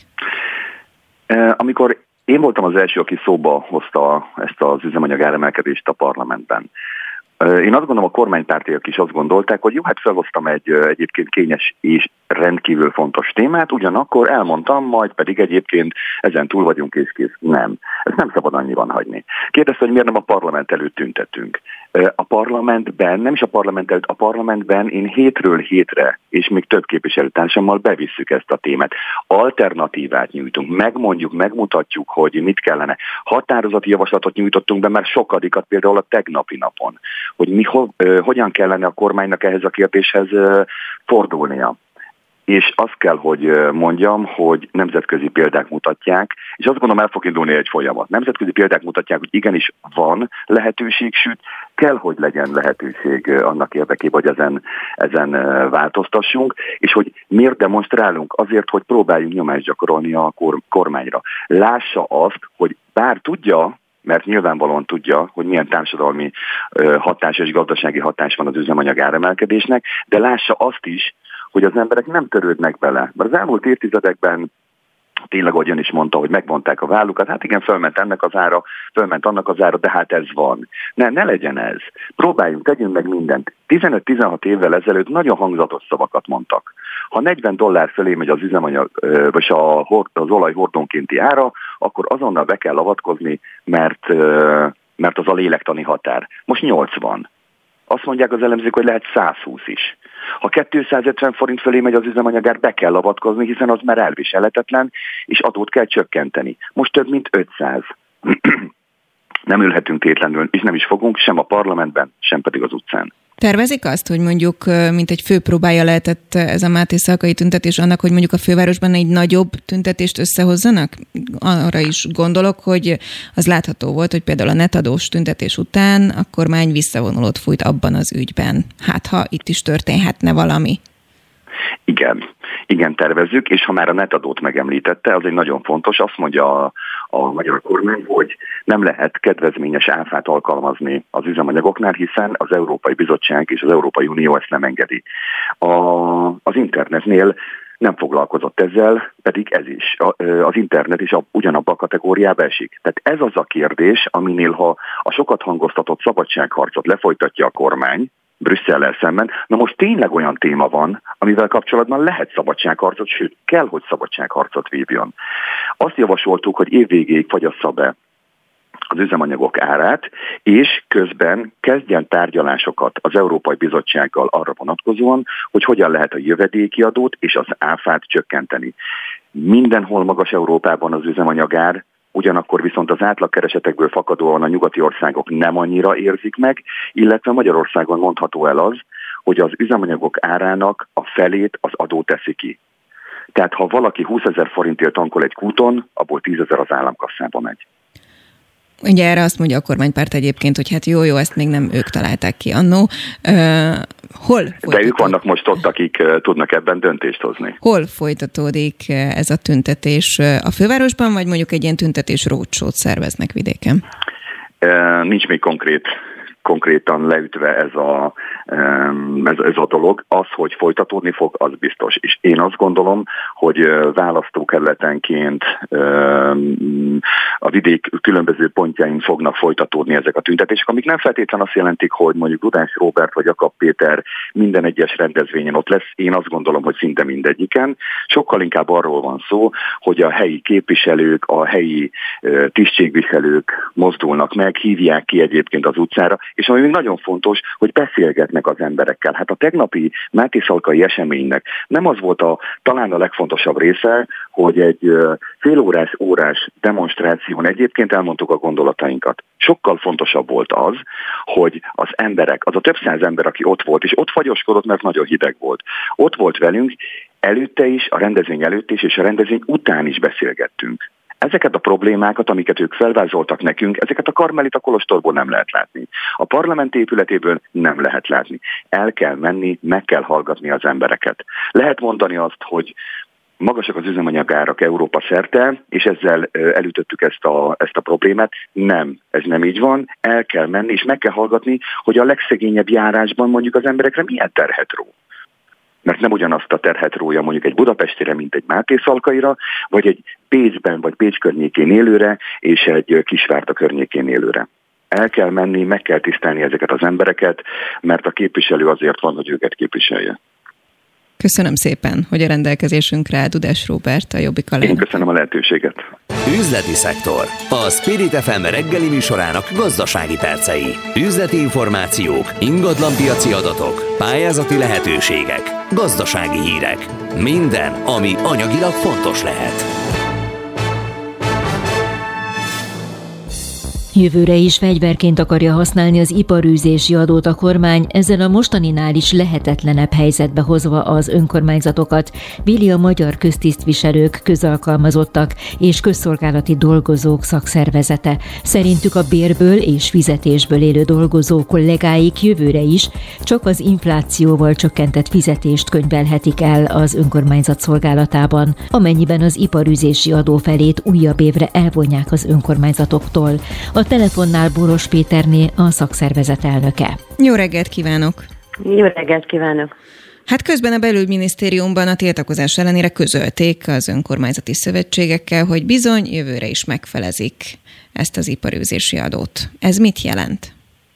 Amikor én voltam az első, aki szóba hozta ezt az üzemanyag áremelkedést a parlamentben, én azt gondolom, a kormánypártiak is azt gondolták, hogy jó, hát felhoztam egy egyébként kényes és rendkívül fontos témát, ugyanakkor elmondtam, majd pedig egyébként ezen túl vagyunk és kész. Nem. Ezt nem szabad annyiban hagyni. Kérdezte, hogy miért nem a parlament előtt tüntetünk. A parlamentben, nem is a parlament előtt, a parlamentben én hétről hétre, és még több képviselőtársammal bevisszük ezt a témát. Alternatívát nyújtunk, megmutatjuk, hogy mit kellene. Határozati javaslatot nyújtottunk be már sokadikat, például a tegnapi napon, hogy hogyan kellene a kormánynak ehhez a kérdéshez fordulnia. És azt kell, hogy mondjam, hogy nemzetközi példák mutatják, és azt gondolom, el fog indulni egy folyamat. Nemzetközi példák mutatják, hogy igenis van lehetőség, sőt, kell, hogy legyen lehetőség annak érdekében, hogy ezen változtassunk, és hogy miért demonstrálunk? Azért, hogy próbáljunk nyomást gyakorolni a kormányra. Lássa azt, hogy bár tudja, mert nyilvánvalóan tudja, hogy milyen társadalmi hatás és gazdasági hatás van az üzemanyag áremelkedésnek, de lássa azt is, hogy az emberek nem törődnek bele. Mert az elmúlt évtizedekben tényleg, ahogy ön is mondta, hogy megvonták a vállukat, hát igen, fölment ennek az ára, fölment annak az ára, de hát ez van. Ne legyen ez. Próbáljunk, tegyünk meg mindent. 15-16 évvel ezelőtt nagyon hangzatos szavakat mondtak. Ha $40 fölé megy az üzemanyag, vagy az olaj hordónkénti ára, akkor azonnal be kell avatkozni, mert az a lélektani határ. Most 80. Azt mondják az elemzők, hogy lehet 120 is. Ha 250 forint fölé megy az üzemanyagár, be kell avatkozni, hiszen az már elviselhetetlen, és adót kell csökkenteni. Most több mint 500. Nem ülhetünk tétlenül, és nem is fogunk, sem a parlamentben, sem pedig az utcán. Tervezik azt, hogy mondjuk, mint egy fő próbája lehetett ez a Máté Szalkai tüntetés annak, hogy mondjuk a fővárosban egy nagyobb tüntetést összehozzanak? Arra is gondolok, hogy az látható volt, hogy például a netadós tüntetés után a kormány visszavonulót fújt abban az ügyben. Hát, ha itt is történhetne valami. Igen, tervezzük, és ha már a netadót megemlítette, az egy nagyon fontos, azt mondja a magyar kormány, hogy nem lehet kedvezményes áfát alkalmazni az üzemanyagoknál, hiszen az Európai Bizottság és az Európai Unió ezt nem engedi. Az internetnél nem foglalkozott ezzel, pedig ez is. Az internet is ugyanabba a kategóriába esik. Tehát ez az a kérdés, aminél ha a sokat hangoztatott szabadságharcot lefolytatja a kormány, Brüsszellel szemben. Na most tényleg olyan téma van, amivel kapcsolatban lehet szabadságharcot, sőt, kell, hogy szabadságharcot vívjon. Azt javasoltuk, hogy évvégéig fagyassza be az üzemanyagok árát, és közben kezdjen tárgyalásokat az Európai Bizottsággal arra vonatkozóan, hogy hogyan lehet a jövedéki adót és az áfát csökkenteni. Mindenhol magas Európában az üzemanyagár, ugyanakkor viszont az átlagkeresetekből fakadóan a nyugati országok nem annyira érzik meg, illetve Magyarországon mondható el az, hogy az üzemanyagok árának a felét az adó teszi ki. Tehát ha valaki 20 000 forintért tankol egy kúton, abból 10 000 az államkasszába megy. Ugye erre azt mondja a kormánypárt egyébként, hogy hát jó, ezt még nem ők találták ki annó. Hol de ők vannak most ott, akik tudnak ebben döntést hozni. Hol folytatódik ez a tüntetés? A fővárosban, vagy mondjuk egy ilyen tüntetés roadshow-t szerveznek vidéken? Nincs még konkrét konkrétan leütve ez a dolog. Az, hogy folytatódni fog, az biztos. És én azt gondolom, hogy választókerületenként a vidék különböző pontjain fognak folytatódni ezek a tüntetések, amik nem feltétlenül azt jelentik, hogy mondjuk Dudás Róbert vagy Jakab Péter minden egyes rendezvényen ott lesz. Én azt gondolom, hogy szinte mindegyiken. Sokkal inkább arról van szó, hogy a helyi képviselők, a helyi tisztségviselők mozdulnak meg, hívják ki egyébként az utcára, és ami még nagyon fontos, hogy beszélgetnek az emberekkel. Hát a tegnapi mátészalkai eseménynek nem az volt talán a legfontosabb része, hogy egy órás demonstráción egyébként elmondtuk a gondolatainkat. Sokkal fontosabb volt az, hogy az emberek, az a több száz ember, aki ott volt, és ott fagyoskodott, mert nagyon hideg volt. Ott volt velünk, előtte is, a rendezvény előtt is, és a rendezvény után is beszélgettünk. Ezeket a problémákat, amiket ők felvázoltak nekünk, ezeket a Karmelita kolostorból nem lehet látni. A parlament épületéből nem lehet látni. El kell menni, meg kell hallgatni az embereket. Lehet mondani azt, hogy magasak az üzemanyagárak Európa szerte, és ezzel elütöttük ezt a problémát. Nem, ez nem így van. El kell menni, és meg kell hallgatni, hogy a legszegényebb járásban mondjuk az emberekre milyen terhet ró. Mert nem ugyanazt a terhet rója mondjuk egy budapestire, mint egy mátészalkaira, vagy egy Pécsben, vagy Pécs környékén élőre, és egy Kisvárda környékén élőre. El kell menni, meg kell tisztelni ezeket az embereket, mert a képviselő azért van, hogy őket képviselje. Köszönöm szépen, hogy a rendelkezésünkre áll Dudás Róbert, a Jobbik alelnök. Én köszönöm a lehetőséget. Üzleti szektor. A Spirit FM reggeli műsorának gazdasági percei. Üzleti információk, ingatlanpiaci adatok, pályázati lehetőségek, gazdasági hírek. Minden, ami anyagilag fontos lehet. Jövőre is fegyverként akarja használni az iparűzési adót a kormány, ezzel a mostaninál is lehetetlenebb helyzetbe hozva az önkormányzatokat, véli a magyar köztisztviselők, közalkalmazottak és közszolgálati dolgozók szakszervezete. Szerintük a bérből és fizetésből élő dolgozó kollégáik jövőre is csak az inflációval csökkentett fizetést könyvelhetik el az önkormányzat szolgálatában, amennyiben az iparűzési adó felét újabb évre elvonják az önkormányzatoktól. A telefonnál Boros Péterné, a szakszervezet elnöke. Jó reggelt kívánok! Jó reggelt kívánok! Hát közben a belügyminisztériumban a tiltakozás ellenére közölték az önkormányzati szövetségekkel, hogy bizony jövőre is megfelezik ezt az iparűzési adót. Ez mit jelent?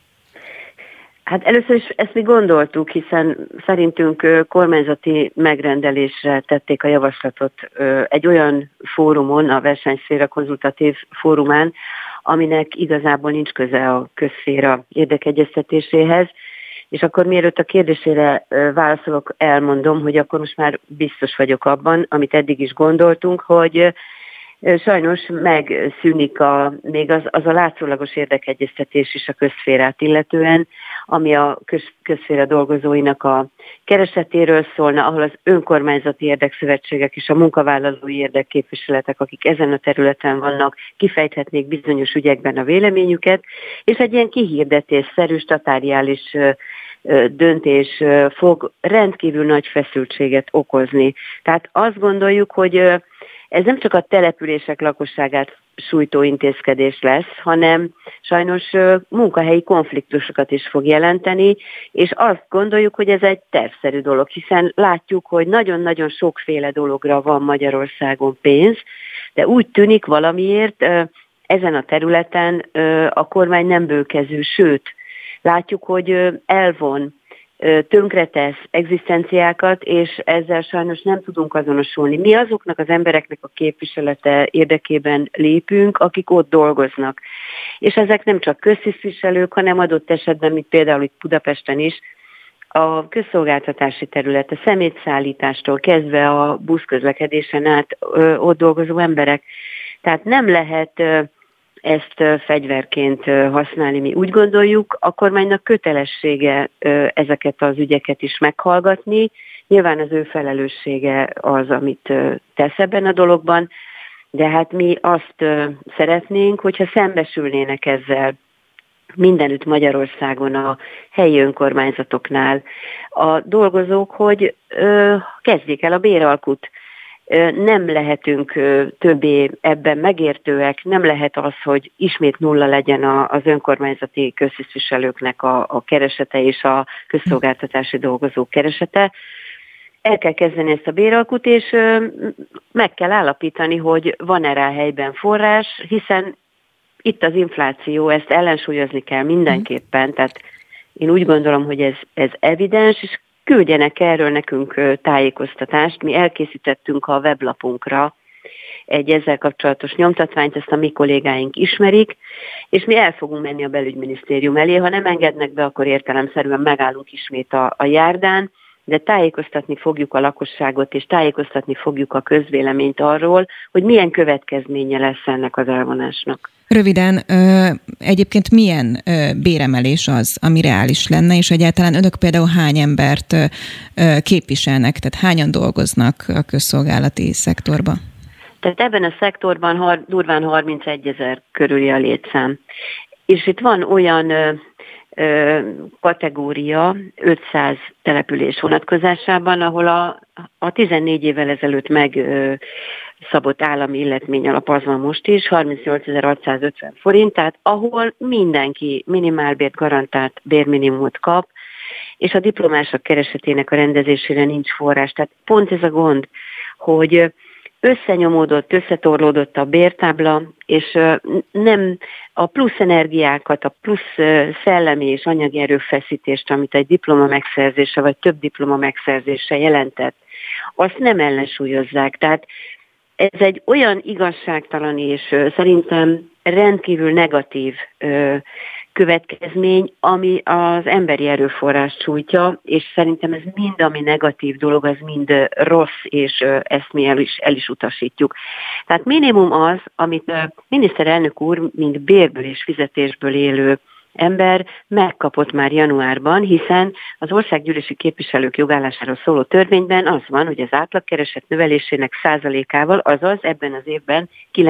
Hát először is ezt mi gondoltuk, hiszen szerintünk kormányzati megrendelésre tették a javaslatot egy olyan fórumon, a versenyszféra konzultatív fórumán, aminek igazából nincs köze a közszféra érdekegyeztetéséhez. És akkor mielőtt a kérdésére válaszolok, elmondom, hogy akkor most már biztos vagyok abban, amit eddig is gondoltunk, hogy sajnos megszűnik még az a látszólagos érdekegyeztetés is a közszférát illetően, ami a közszféra dolgozóinak a keresetéről szólna, ahol az önkormányzati érdekszövetségek és a munkavállalói érdekképviseletek, akik ezen a területen vannak, kifejthetnék bizonyos ügyekben a véleményüket, és egy ilyen kihirdetésszerű, statáriális döntés fog rendkívül nagy feszültséget okozni. Tehát azt gondoljuk, hogy ez nem csak a települések lakosságát sújtó intézkedés lesz, hanem sajnos munkahelyi konfliktusokat is fog jelenteni, és azt gondoljuk, hogy ez egy tervszerű dolog, hiszen látjuk, hogy nagyon-nagyon sokféle dologra van Magyarországon pénz, de úgy tűnik valamiért ezen a területen a kormány nem bőkezű, sőt, látjuk, hogy elvon, tönkretesz egzisztenciákat, és ezzel sajnos nem tudunk azonosulni. Mi azoknak az embereknek a képviselete érdekében lépünk, akik ott dolgoznak. És ezek nem csak köztisztviselők, hanem adott esetben, mint például itt Budapesten is, a közszolgáltatási terület, a szemétszállítástól kezdve a buszközlekedésen át ott dolgozó emberek. Tehát nem lehet ezt fegyverként használni. Mi úgy gondoljuk, a kormánynak kötelessége ezeket az ügyeket is meghallgatni. Nyilván az ő felelőssége az, amit tesz ebben a dologban, de hát mi azt szeretnénk, hogyha szembesülnének ezzel mindenütt Magyarországon a helyi önkormányzatoknál a dolgozók, hogy kezdjék el a béralkut. nem lehetünk többé ebben megértőek, nem lehet az, hogy ismét nulla legyen az önkormányzati köztisztviselőknek a keresete és a közszolgáltatási dolgozók keresete. El kell kezdeni ezt a béralkut, és meg kell állapítani, hogy van-e rá helyben forrás, hiszen itt az infláció, ezt ellensúlyozni kell mindenképpen, tehát én úgy gondolom, hogy ez evidens, és küldjenek erről nekünk tájékoztatást. Mi elkészítettünk a weblapunkra egy ezzel kapcsolatos nyomtatványt, ezt a mi kollégáink ismerik, és mi el fogunk menni a belügyminisztérium elé. Ha nem engednek be, akkor értelemszerűen megállunk ismét a járdán, de tájékoztatni fogjuk a lakosságot, és tájékoztatni fogjuk a közvéleményt arról, hogy milyen következménye lesz ennek az elvonásnak. Röviden, egyébként milyen béremelés az, ami reális lenne, és egyáltalán önök például hány embert képviselnek, tehát hányan dolgoznak a közszolgálati szektorban? Tehát ebben a szektorban durván 31 000 körüli a létszám. És itt van olyan kategória 500 település vonatkozásában, ahol a 14 évvel ezelőtt megszabott állami illetmény alap az van most is, 38.650 forint, tehát ahol mindenki minimálbért garantált bérminimumot kap, és a diplomások keresetének a rendezésére nincs forrás. Tehát pont ez a gond, hogy összenyomódott, összetorlódott a bértábla, és nem a plusz energiákat, a plusz szellemi és anyagi erőfeszítést, amit egy diploma megszerzése vagy több diploma megszerzése jelentett, azt nem ellensúlyozzák. Tehát ez egy olyan igazságtalan és szerintem rendkívül negatív következmény, ami az emberi erőforrást sújtja, és szerintem ez mind, ami negatív dolog, az mind rossz, és ezt mi el is utasítjuk. Tehát minimum az, amit miniszterelnök úr, mint bérből és fizetésből élő ember megkapott már januárban, hiszen az országgyűlési képviselők jogállásáról szóló törvényben az van, hogy az átlagkereset növelésének százalékával, azaz ebben az évben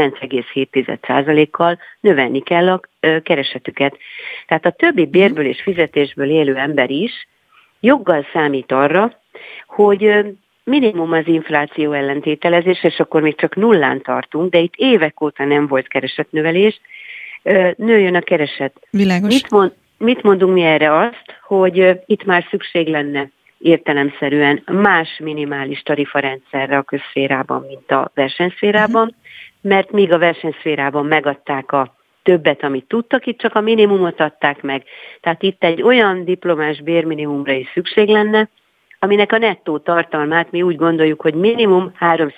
9,7%-kal növelni kell a keresetüket. Tehát a többi bérből és fizetésből élő ember is joggal számít arra, hogy minimum az infláció ellentételezés, és akkor még csak nullán tartunk, de itt évek óta nem volt keresetnövelés, nőjön a kereset. Világos. Mit mondunk mi erre? Azt, hogy itt már szükség lenne értelemszerűen más minimális tarifarendszerre a közszférában, mint a versenyszférában, mert míg a versenyszférában megadták a többet, amit tudtak, itt csak a minimumot adták meg. Tehát itt egy olyan diplomás bérminimumra is szükség lenne, aminek a nettó tartalmát mi úgy gondoljuk, hogy minimum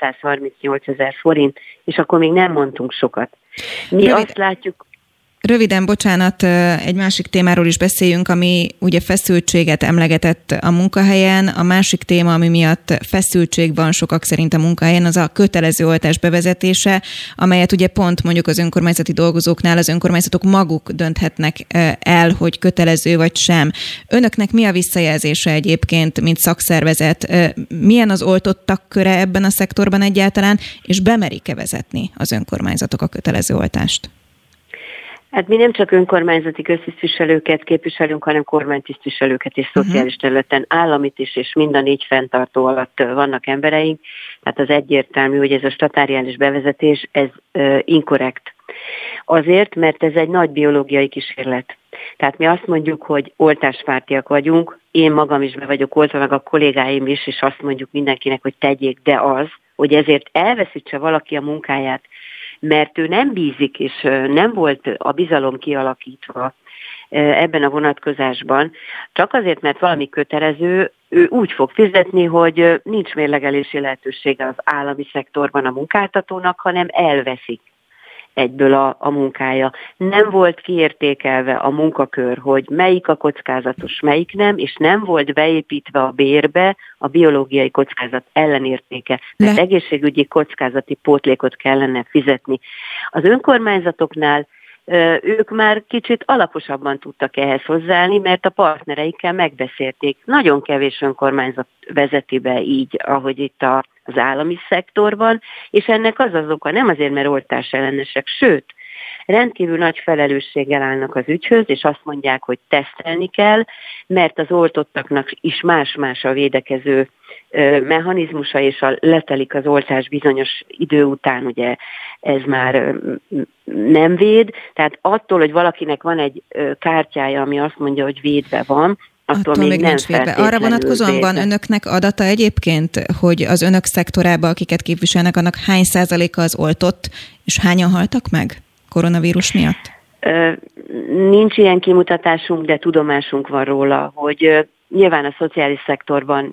338 000 forint, és akkor még nem mondtunk sokat. Mi azt látjuk... Röviden, bocsánat, egy másik témáról is beszéljünk, ami ugye feszültséget emlegetett a munkahelyen. A másik téma, ami miatt feszültség van sokak szerint a munkahelyen, az a kötelező oltás bevezetése, amelyet ugye pont mondjuk az önkormányzati dolgozóknál az önkormányzatok maguk dönthetnek el, hogy kötelező vagy sem. Önöknek mi a visszajelzése egyébként, mint szakszervezet? Milyen az oltottak köre ebben a szektorban egyáltalán, és bemerik-e vezetni az önkormányzatok a kötelező oltást? Hát mi nem csak önkormányzati köztisztviselőket képviselünk, hanem kormánytisztviselőket és szociális területen, államit is, és mind a 4 fenntartó alatt vannak embereink. Tehát az egyértelmű, hogy ez a statáriális bevezetés, ez inkorrekt. Azért, mert ez egy nagy biológiai kísérlet. Tehát mi azt mondjuk, hogy oltáspártiak vagyunk, én magam is be vagyok oltva, meg a kollégáim is, és azt mondjuk mindenkinek, hogy tegyék, de az, hogy ezért elveszítse valaki a munkáját, mert ő nem bízik, és nem volt a bizalom kialakítva ebben a vonatkozásban, csak azért, mert valami kötelező, ő úgy fog fizetni, hogy nincs mérlegelési lehetősége az állami szektorban a munkáltatónak, hanem elveszik egyből a munkája. Nem volt kiértékelve a munkakör, hogy melyik a kockázatos, melyik nem, és nem volt beépítve a bérbe a biológiai kockázat ellenértéke, mert egészségügyi kockázati pótlékot kellene fizetni. Az önkormányzatoknál ők már kicsit alaposabban tudtak ehhez hozzáállni, mert a partnereikkel megbeszélték. Nagyon kevés önkormányzat vezeti be így, ahogy itt az állami szektorban, és ennek az oka, nem azért, mert oltás ellenesek, sőt, rendkívül nagy felelősséggel állnak az ügyhöz, és azt mondják, hogy tesztelni kell, mert az oltottaknak is más-más a védekező mechanizmusa, és letelik az oltás bizonyos idő után, ugye ez már nem véd. Tehát attól, hogy valakinek van egy kártyája, ami azt mondja, hogy védve van, attól még nem feltétlenül. Arra vonatkozóan van önöknek adata egyébként, hogy az önök szektorában, akiket képviselnek, annak hány százaléka az oltott, és hányan haltak meg koronavírus miatt? Nincs ilyen kimutatásunk, de tudomásunk van róla, hogy nyilván a szociális szektorban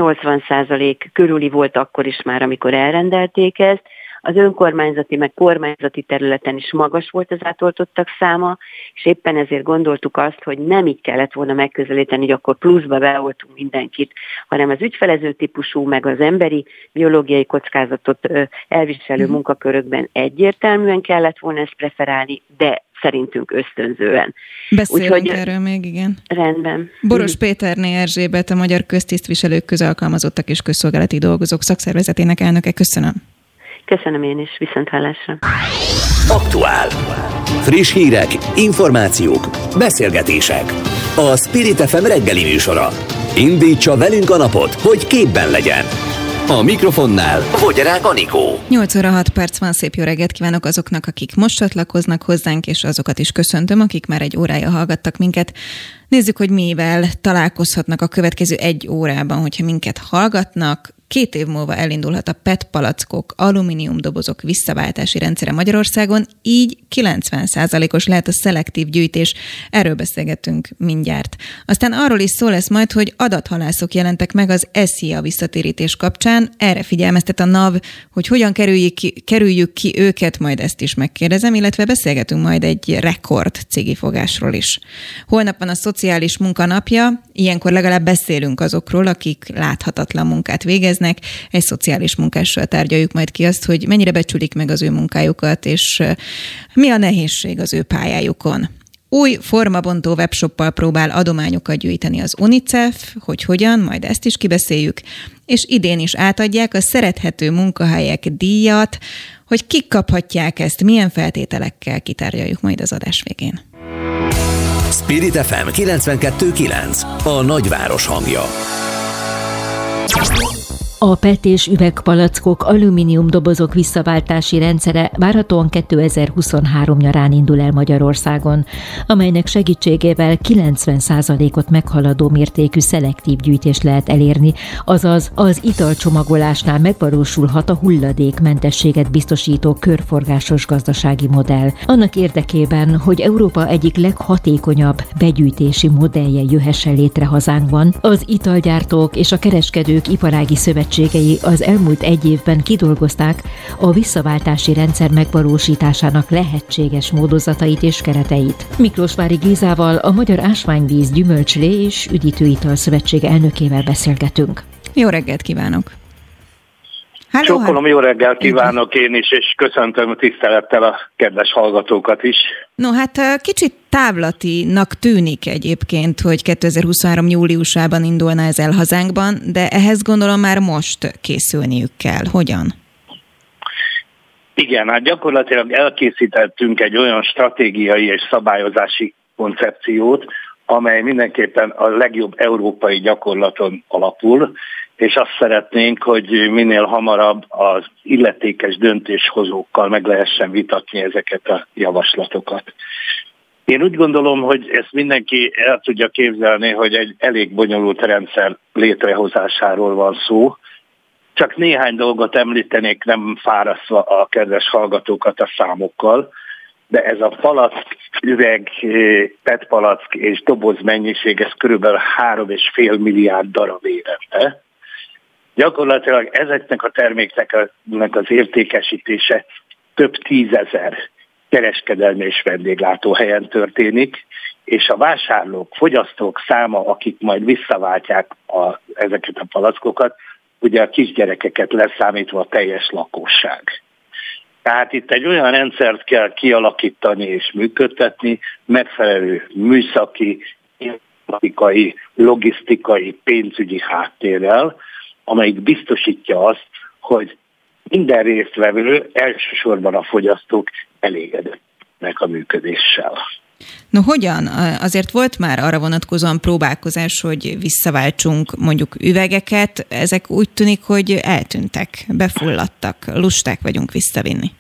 80% körüli volt akkor is már, amikor elrendelték ezt. Az önkormányzati meg kormányzati területen is magas volt az átoltottak száma, és éppen ezért gondoltuk azt, hogy nem így kellett volna megközelíteni, hogy akkor pluszba beoltunk mindenkit, hanem az ügyfelező típusú, meg az emberi biológiai kockázatot elviselő munkakörökben egyértelműen kellett volna ezt preferálni, de szerintünk ösztönzően. Beszélünk erről még, igen. Rendben. Boros Péterné Erzsébet, a Magyar Köztisztviselők, Közalkalmazottak és Közszolgálati Dolgozók Szakszervezetének elnöke. Köszönöm. Köszönöm én is, viszonthallásra. Aktuál. Friss hírek, információk, beszélgetések. A Spirit FM reggeli műsora. Indítsa velünk a napot, hogy képben legyen. A mikrofonnál Vogyarák Anikó. 8 óra 6 perc van, szép jó reggelt kívánok azoknak, akik most csatlakoznak hozzánk, és azokat is köszöntöm, akik már egy órája hallgattak minket. Nézzük, hogy mivel találkozhatnak a következő egy órában, hogyha minket hallgatnak. 2 év múlva elindulhat a PET palackok, alumínium dobozok visszaváltási rendszere Magyarországon, így 90%-os lehet a szelektív gyűjtés. Erről beszélgetünk mindjárt. Aztán arról is szó lesz majd, hogy adathalászok jelentek meg az SZIA visszatérítés kapcsán. Erre figyelmeztet a NAV, hogy hogyan kerüljük ki őket, majd ezt is megkérdezem, illetve beszélgetünk majd egy rekord cégifogásról is. Holnap van a szociális munkanapja, ilyenkor legalább beszélünk azokról, akik láthatatlan munkát végeznek. Egy szociális munkással tárgyaljuk majd ki azt, hogy mennyire becsülik meg az ő munkájukat, és mi a nehézség az ő pályájukon. Új formabontó webshoppal próbál adományokat gyűjteni az UNICEF, hogy hogyan, majd ezt is kibeszéljük, és idén is átadják a Szerethető Munkahelyek díjat, hogy kik kaphatják ezt, milyen feltételekkel, kitárgyaljuk majd az adás végén. Spirit FM 92.9, a nagyváros hangja. A PET és üvegpalackok alumínium dobozok visszaváltási rendszere várhatóan 2023 nyarán indul el Magyarországon, amelynek segítségével 90%-ot meghaladó mértékű szelektív gyűjtést lehet elérni, azaz az italcsomagolásnál megvalósulhat a hulladékmentességet biztosító körforgásos gazdasági modell. Annak érdekében, hogy Európa egyik leghatékonyabb begyűjtési modellje jöhessen létre hazánkban, az italgyártók és a kereskedők iparági szövetségei az elmúlt egy évben kidolgozták a visszaváltási rendszer megvalósításának lehetséges módozatait és kereteit. Miklósvári Gézával, a Magyar Ásványvíz, Gyümölcslé és Üdítőital Szövetség elnökével beszélgetünk. Jó reggelt kívánok! Csókolom, jó reggelt kívánok én is, és köszöntöm tisztelettel a kedves hallgatókat is. No, hát kicsit távlatinak tűnik egyébként, hogy 2023. júliusában indulna ez el hazánkban, de ehhez gondolom már most készülniük kell. Hogyan? Igen, hát gyakorlatilag elkészítettünk egy olyan stratégiai és szabályozási koncepciót, amely mindenképpen a legjobb európai gyakorlaton alapul, és azt szeretnénk, hogy minél hamarabb az illetékes döntéshozókkal meg lehessen vitatni ezeket a javaslatokat. Én úgy gondolom, hogy ezt mindenki el tudja képzelni, hogy egy elég bonyolult rendszer létrehozásáról van szó. Csak néhány dolgot említenék, nem fárasztva a kedves hallgatókat a számokkal, de ez a palack, üveg, PET palack és doboz mennyiség, ez körülbelül 3,5 milliárd darab évente. Gyakorlatilag ezeknek a termékeknek az értékesítése több 10 000 kereskedelmi és vendéglátóhelyen történik, és a vásárlók, fogyasztók száma, akik majd visszaváltják ezeket a palackokat, ugye a kisgyerekeket leszámítva a teljes lakosság. Tehát itt egy olyan rendszert kell kialakítani és működtetni, megfelelő műszaki, informatikai, logisztikai, pénzügyi háttérrel, amelyik biztosítja azt, hogy minden résztvevő, elsősorban a fogyasztók elégedettek a működéssel. No hogyan? Azért volt már arra vonatkozóan próbálkozás, hogy visszaváltsunk mondjuk üvegeket, ezek úgy tűnik, hogy eltűntek, befulladtak, lusták vagyunk visszavinni.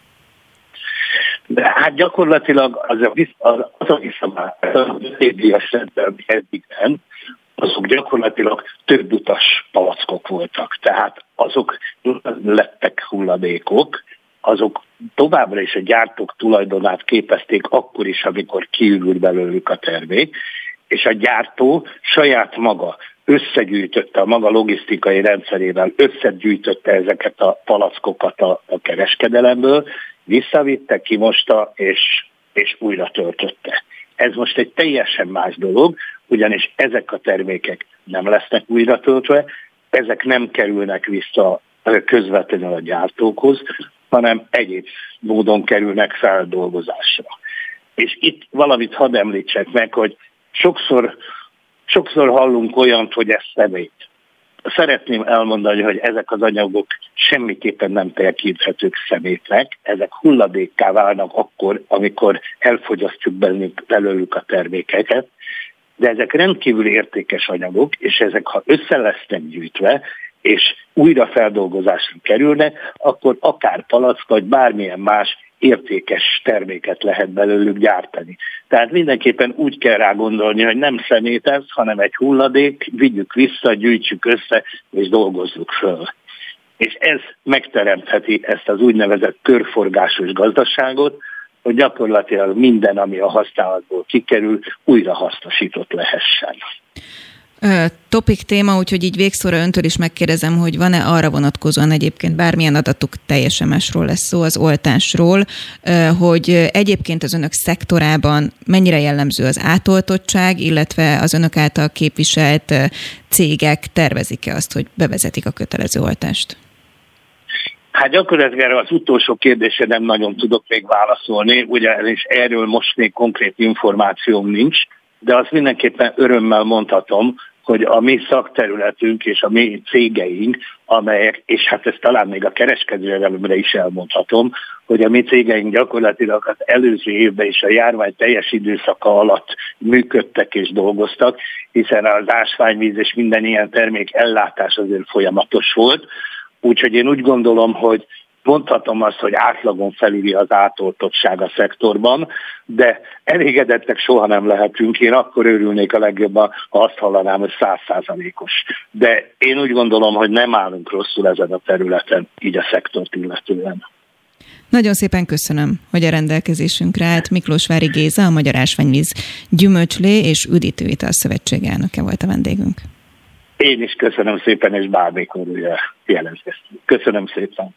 De hát gyakorlatilag az a visszaváltás, az 5 éves rendben, ami eddig nem, azok gyakorlatilag több utas palackok voltak. Tehát azok lettek hulladékok, azok továbbra is a gyártók tulajdonát képezték akkor is, amikor kiürült belőlük a termék, és a gyártó saját maga összegyűjtötte a maga logisztikai rendszerével, összegyűjtötte ezeket a palackokat a kereskedelemből, visszavitte, kimosta és újra töltötte. Ez most egy teljesen más dolog, ugyanis ezek a termékek nem lesznek újra töltve, ezek nem kerülnek vissza közvetlenül a gyártókhoz, hanem egyéb módon kerülnek feldolgozásra. És itt valamit hadd említsek meg, hogy sokszor hallunk olyant, hogy ez szemét. Szeretném elmondani, hogy ezek az anyagok semmiképpen nem tekinthetők szemétnek, ezek hulladékká válnak akkor, amikor elfogyasztjuk belőlük a termékeket, de ezek rendkívül értékes anyagok, és ezek, ha össze lesznek gyűjtve, és újra feldolgozásra kerülnek, akkor akár palack, vagy bármilyen más értékes terméket lehet belőlük gyártani. Tehát mindenképpen úgy kell rá gondolni, hogy nem szemét ez, hanem egy hulladék, vigyük vissza, gyűjtsük össze, és dolgozzuk föl. És ez megteremtheti ezt az úgynevezett körforgásos gazdaságot, hogy gyakorlatilag minden, ami a használatból kikerül, újra hasznosított lehessen. Topik téma, úgyhogy így végszóra öntől is megkérdezem, hogy van-e arra vonatkozóan egyébként bármilyen adatuk, teljesen másról lesz szó, az oltásról, hogy egyébként az önök szektorában mennyire jellemző az átoltottság, illetve az önök által képviselt cégek tervezik-e azt, hogy bevezetik a kötelező oltást? Hát gyakorlatilag az utolsó kérdésre nem nagyon tudok még válaszolni, ugyanis erről most még konkrét információm nincs, de azt mindenképpen örömmel mondhatom, hogy a mi szakterületünk és a mi cégeink, amelyek, és hát ezt talán még a kereskedelemre is elmondhatom, hogy a mi cégeink gyakorlatilag az előző évben és a járvány teljes időszaka alatt működtek és dolgoztak, hiszen az ásványvíz és minden ilyen termék ellátás azért folyamatos volt. Úgyhogy én úgy gondolom, hogy mondhatom azt, hogy átlagon felüli az átoltottság a szektorban, de elégedettek soha nem lehetünk. Én akkor örülnék a legjobban, ha azt hallanám, hogy 100%-os. De én úgy gondolom, hogy nem állunk rosszul ezen a területen, így a szektort illetően. Nagyon szépen köszönöm, hogy a rendelkezésünkre állt. Miklósvári Géza, a Magyar Ásványvíz Gyümölcslé és Üdítőital Szövetség elnöke volt a vendégünk. Én is köszönöm szépen, és bármikor jelentkeztünk. Köszönöm szépen.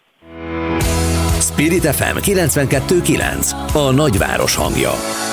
Spirit FM 92.9, a nagyváros hangja.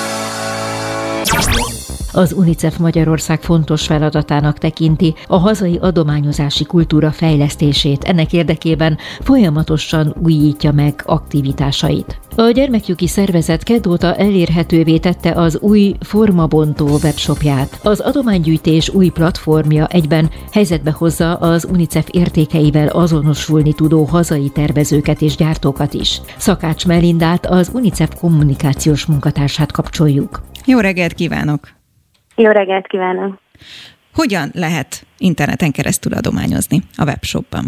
Az UNICEF Magyarország fontos feladatának tekinti a hazai adományozási kultúra fejlesztését. Ennek érdekében folyamatosan újítja meg aktivitásait. A gyermekjogi szervezet kedd óta elérhetővé tette az új formabontó webshopját. Az adománygyűjtés új platformja egyben helyzetbe hozza az UNICEF értékeivel azonosulni tudó hazai tervezőket és gyártókat is. Szakács Melindát, az UNICEF kommunikációs munkatársát kapcsoljuk. Jó reggelt kívánok! Jó reggelt kívánok! Hogyan lehet interneten keresztül adományozni a webshopban?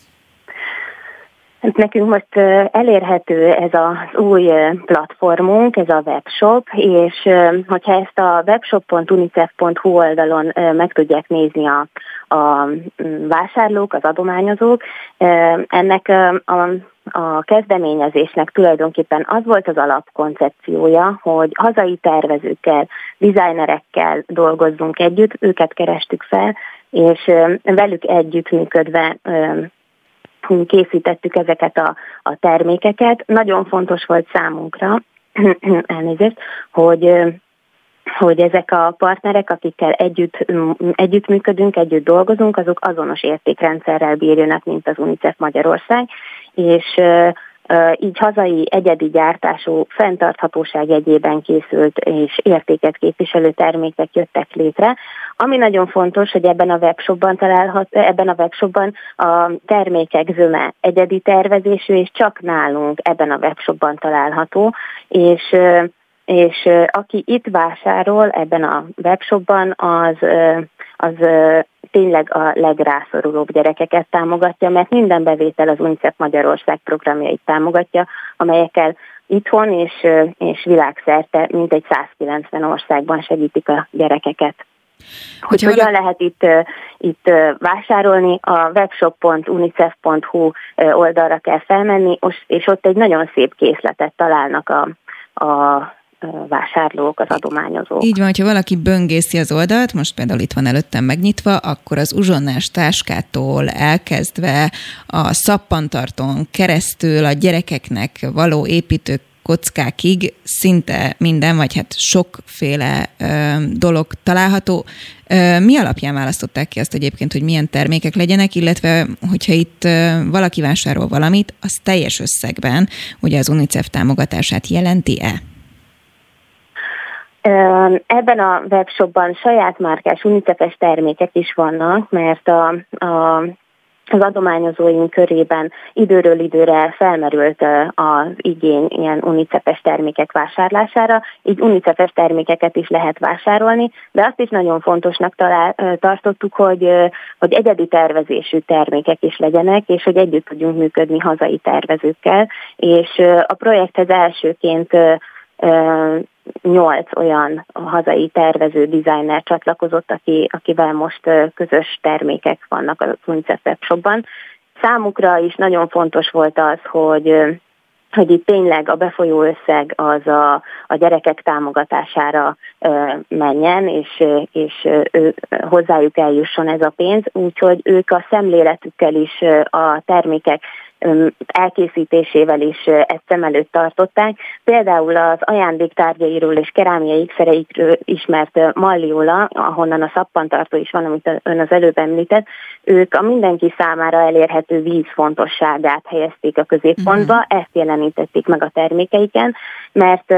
Nekünk most elérhető ez az új platformunk, ez a webshop, és hogyha ezt a webshop.unicef.hu oldalon meg tudják nézni a vásárlók, az adományozók, ennek a kezdeményezésnek tulajdonképpen az volt az alapkoncepciója, hogy hazai tervezőkkel, designerekkel dolgozzunk együtt, őket kerestük fel, és velük együttműködve készítettük ezeket a termékeket. Nagyon fontos volt számunkra, elnézést, hogy ezek a partnerek, akikkel együttműködünk, együtt dolgozunk, azok azonos értékrendszerrel bírjanak, mint az UNICEF Magyarország, és így hazai egyedi gyártású, fenntarthatóság jegyében készült és értéket képviselő termékek jöttek létre. Ami nagyon fontos, hogy ebben a webshopban a termékek zöme egyedi tervezésű, és csak nálunk ebben a webshopban található, és és aki itt vásárol ebben a webshopban, az tényleg a legrászorulóbb gyerekeket támogatja, mert minden bevétel az UNICEF Magyarország programjait támogatja, amelyekkel itthon és világszerte mintegy 190 országban segítik a gyerekeket. Hogy hogyan lehet itt vásárolni, a webshop.unicef.hu oldalra kell felmenni, és ott egy nagyon szép készletet találnak a vásárlók, az adományozók. Így van, hogyha valaki böngészi az oldalt, most például itt van előttem megnyitva, akkor az uzsonnás táskától elkezdve a szappantartón keresztül a gyerekeknek való építő kockákig szinte minden, vagy hát sokféle dolog található. Mi alapján választották ki azt egyébként, hogy milyen termékek legyenek, illetve hogyha itt valaki vásárol valamit, az teljes összegben ugye az UNICEF támogatását jelenti-e? Ebben a webshopban saját márkás UNICEF-es termékek is vannak, mert az adományozóink körében időről időre felmerült az igény ilyen UNICEF-es termékek vásárlására, így UNICEF-es termékeket is lehet vásárolni, de azt is nagyon fontosnak tartottuk, hogy egyedi tervezésű termékek is legyenek, és hogy együtt tudjunk működni hazai tervezőkkel, és a projekthez elsőként 8 olyan hazai tervező, designer csatlakozott, akivel most közös termékek vannak az UNICEF webshopban. Számukra is nagyon fontos volt az, hogy itt tényleg a befolyó összeg az a gyerekek támogatására menjen, és hozzájuk eljusson ez a pénz, úgyhogy ők a szemléletükkel is a termékek elkészítésével is ezt szem előtt tartották. Például az ajándéktárgyairól és kerámiai ékszereikről ismert Malliola, ahonnan a szappantartó is van, amit ön az előbb említett, ők a mindenki számára elérhető víz fontosságát helyezték a középpontba, ezt jelenítették meg a termékeiken, mert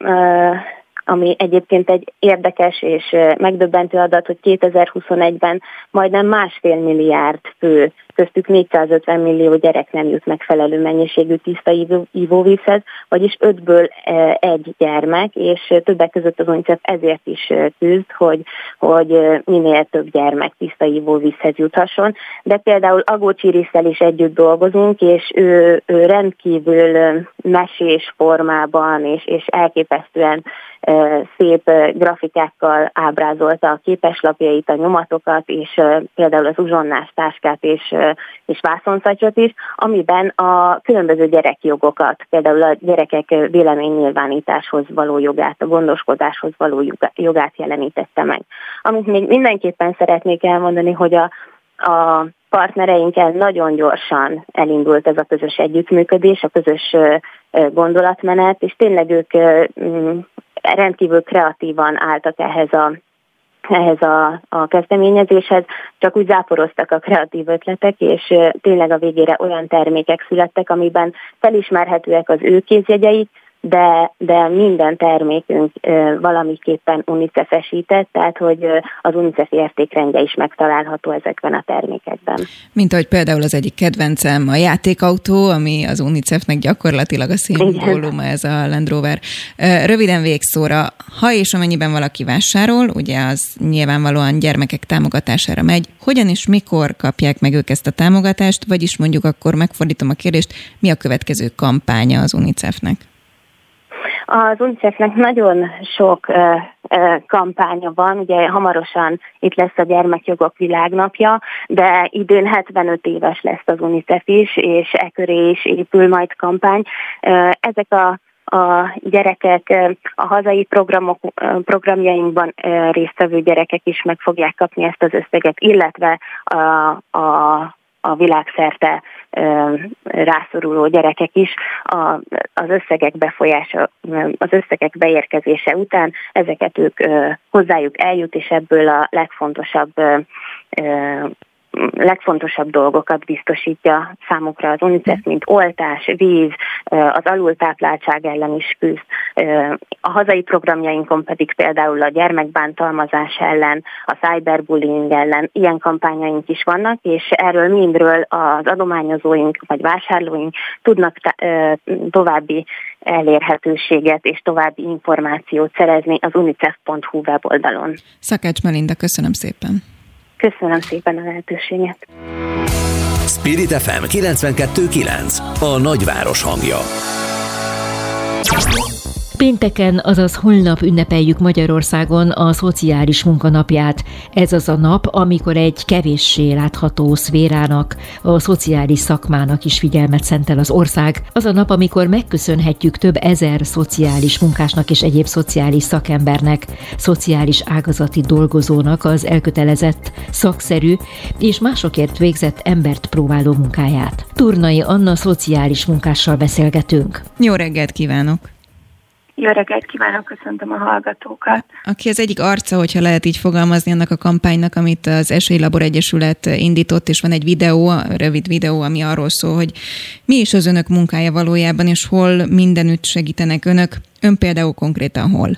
ami egyébként egy érdekes és megdöbbentő adat, hogy 2021-ben majdnem 1,5 milliárd fő, köztük 450 millió gyerek nem jut megfelelő mennyiségű tiszta ivóvízhez, vagyis 5-ből 1 gyermek, és többek között az UNICEF ezért is küzd, hogy minél több gyermek tiszta ivóvízhez juthasson. De például Agócsi Risszel is együtt dolgozunk, és ő rendkívül mesés formában és elképesztően szép grafikákkal ábrázolta a képeslapjait, a nyomatokat, és például az uzsonnás táskát és vászonszatyrot is, amiben a különböző gyerekjogokat, például a gyerekek véleménynyilvánításhoz való jogát, a gondoskodáshoz való jogát jelenítette meg. Amit még mindenképpen szeretnék elmondani, hogy a partnereinkkel nagyon gyorsan elindult ez a közös együttműködés, a közös gondolatmenet, és tényleg ők rendkívül kreatívan álltak ehhez a kezdeményezéshez, csak úgy záporoztak a kreatív ötletek, és tényleg a végére olyan termékek születtek, amiben felismerhetőek az ő kézjegyeik, de minden termékünk valamiképpen UNICEF-esített, tehát hogy az UNICEF értékrendje is megtalálható ezekben a termékekben. Mint ahogy például az egyik kedvencem a játékautó, ami az UNICEF-nek gyakorlatilag a szimbóluma, ez a Land Rover. Röviden végszóra, ha és amennyiben valaki vásárol, ugye az nyilvánvalóan gyermekek támogatására megy, hogyan és mikor kapják meg ők ezt a támogatást, vagyis mondjuk akkor megfordítom a kérdést, mi a következő kampánya az UNICEF-nek? Az UNICEF-nek nagyon sok kampánya van, ugye hamarosan itt lesz a Gyermekjogok Világnapja, de idén 75 éves lesz az UNICEF is, és e köré is épül majd kampány. Ezek a gyerekek a hazai programjainkban résztvevő gyerekek is meg fogják kapni ezt az összeget, illetve a világszerte rászoruló gyerekek is az összegek beérkezése után ezeket ők hozzájuk eljut, és ebből a legfontosabb legfontosabb dolgokat biztosítja számukra. Az UNICEF, mint oltás, víz, az alultápláltság ellen is küzd. A hazai programjainkon pedig például a gyermekbántalmazás ellen, a cyberbullying ellen ilyen kampányaink is vannak, és erről mindről az adományozóink vagy vásárlóink tudnak további elérhetőséget és további információt szerezni az unicef.hu weboldalon. Szakács Melinda, köszönöm szépen. Köszönöm szépen a lehetőséget. Spirit FM 92.9, a nagyváros hangja. Pénteken, azaz holnap ünnepeljük Magyarországon a szociális munkanapját. Ez az a nap, amikor egy kevéssé látható szférának, a szociális szakmának is figyelmet szentel az ország. Az a nap, amikor megköszönhetjük több ezer szociális munkásnak és egyéb szociális szakembernek, szociális ágazati dolgozónak az elkötelezett, szakszerű és másokért végzett embert próbáló munkáját. Turnai Anna szociális munkással beszélgetünk. Jó reggelt kívánok! Jó reggelt kívánok, köszöntöm a hallgatókat. Aki az egyik arca, hogyha lehet így fogalmazni annak a kampánynak, amit az Esélylabor Egyesület indított, és van egy videó, rövid videó, ami arról szól, hogy mi is az önök munkája valójában, és hol mindenütt segítenek önök. Ön például konkrétan hol?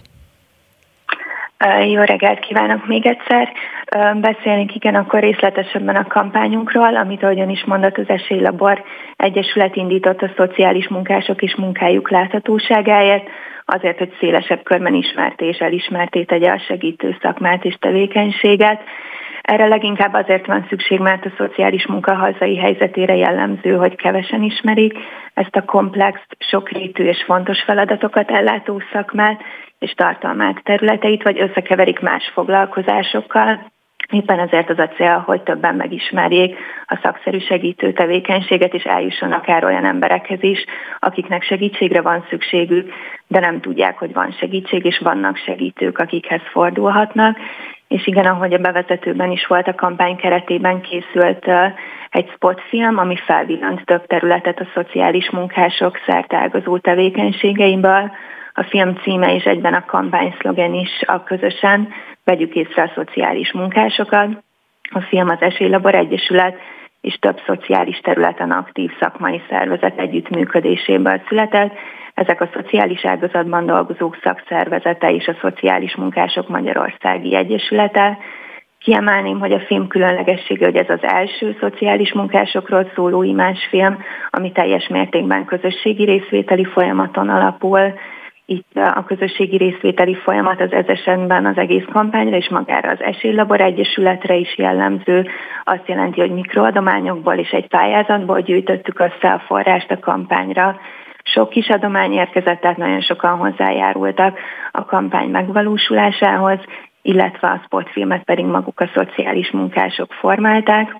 Jó reggelt kívánok még egyszer. Beszélnék akkor részletesebben a kampányunkról, amit ahogyan is mondott, az Esélylabor Egyesület indított a szociális munkások és munkájuk láthatóságáért, azért, hogy szélesebb körben ismerté és elismerté tegye a segítő szakmát és tevékenységet. Erre leginkább azért van szükség, mert a szociális munka hazai helyzetére jellemző, hogy kevesen ismerik ezt a komplex, sokrétű és fontos feladatokat ellátó szakmát és tartalmát, területeit, vagy összekeverik más foglalkozásokkal. Éppen ezért az a cél, hogy többen megismerjék a szakszerű segítő tevékenységet, és eljusson akár olyan emberekhez is, akiknek segítségre van szükségük, de nem tudják, hogy van segítség, és vannak segítők, akikhez fordulhatnak. És igen, ahogy a bevezetőben is volt, a kampány keretében készült egy spotfilm, ami felvillant több területet a szociális munkások szerteágazó tevékenységeiből. A film címe és egyben a kampány szlogen is a közösen vegyük észre a szociális munkásokat. A film az Esélylabor Egyesület és több szociális területen aktív szakmai szervezet együttműködéséből született. Ezek a szociális ágazatban dolgozók szakszervezete és a Szociális Munkások Magyarországi Egyesülete. Kiemelném, hogy a film különlegessége, hogy ez az első szociális munkásokról szóló imázsfilm, ami teljes mértékben közösségi részvételi folyamaton alapul. Itt a közösségi részvételi folyamat az ez esetben az egész kampányra és magára az Esélylabor Egyesületre is jellemző. Azt jelenti, hogy mikroadományokból és egy pályázatból gyűjtöttük össze a forrást a kampányra. Sok kis adomány érkezett, tehát nagyon sokan hozzájárultak a kampány megvalósulásához, illetve a spotfilmet pedig maguk a szociális munkások formálták.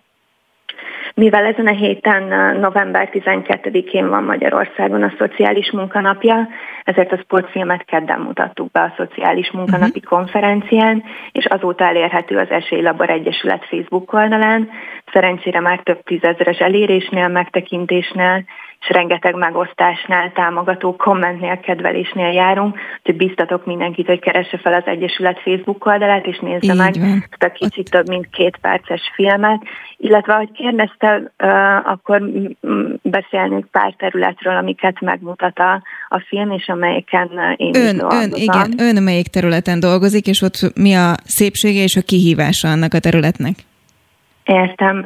Mivel ezen a héten, november 12-én van Magyarországon a szociális munkanapja, ezért a sportfilmet kedden mutattuk be a szociális munkanapi konferencián, és azóta elérhető az Esélylabor Egyesület Facebook oldalán. Szerencsére már több tízezres elérésnél, megtekintésnél, és rengeteg megosztásnál, támogató kommentnél, kedvelésnél járunk, úgyhogy biztatok mindenkit, hogy keresse fel az Egyesület Facebook oldalát, és nézze meg ezt a kicsit több mint 2 perces filmet. Illetve, ahogy kérdezte, akkor beszélnék pár területről, amiket megmutat a film, és amelyeken én is dolgozom. Ön melyik területen dolgozik, és ott mi a szépsége és a kihívása annak a területnek? Értem.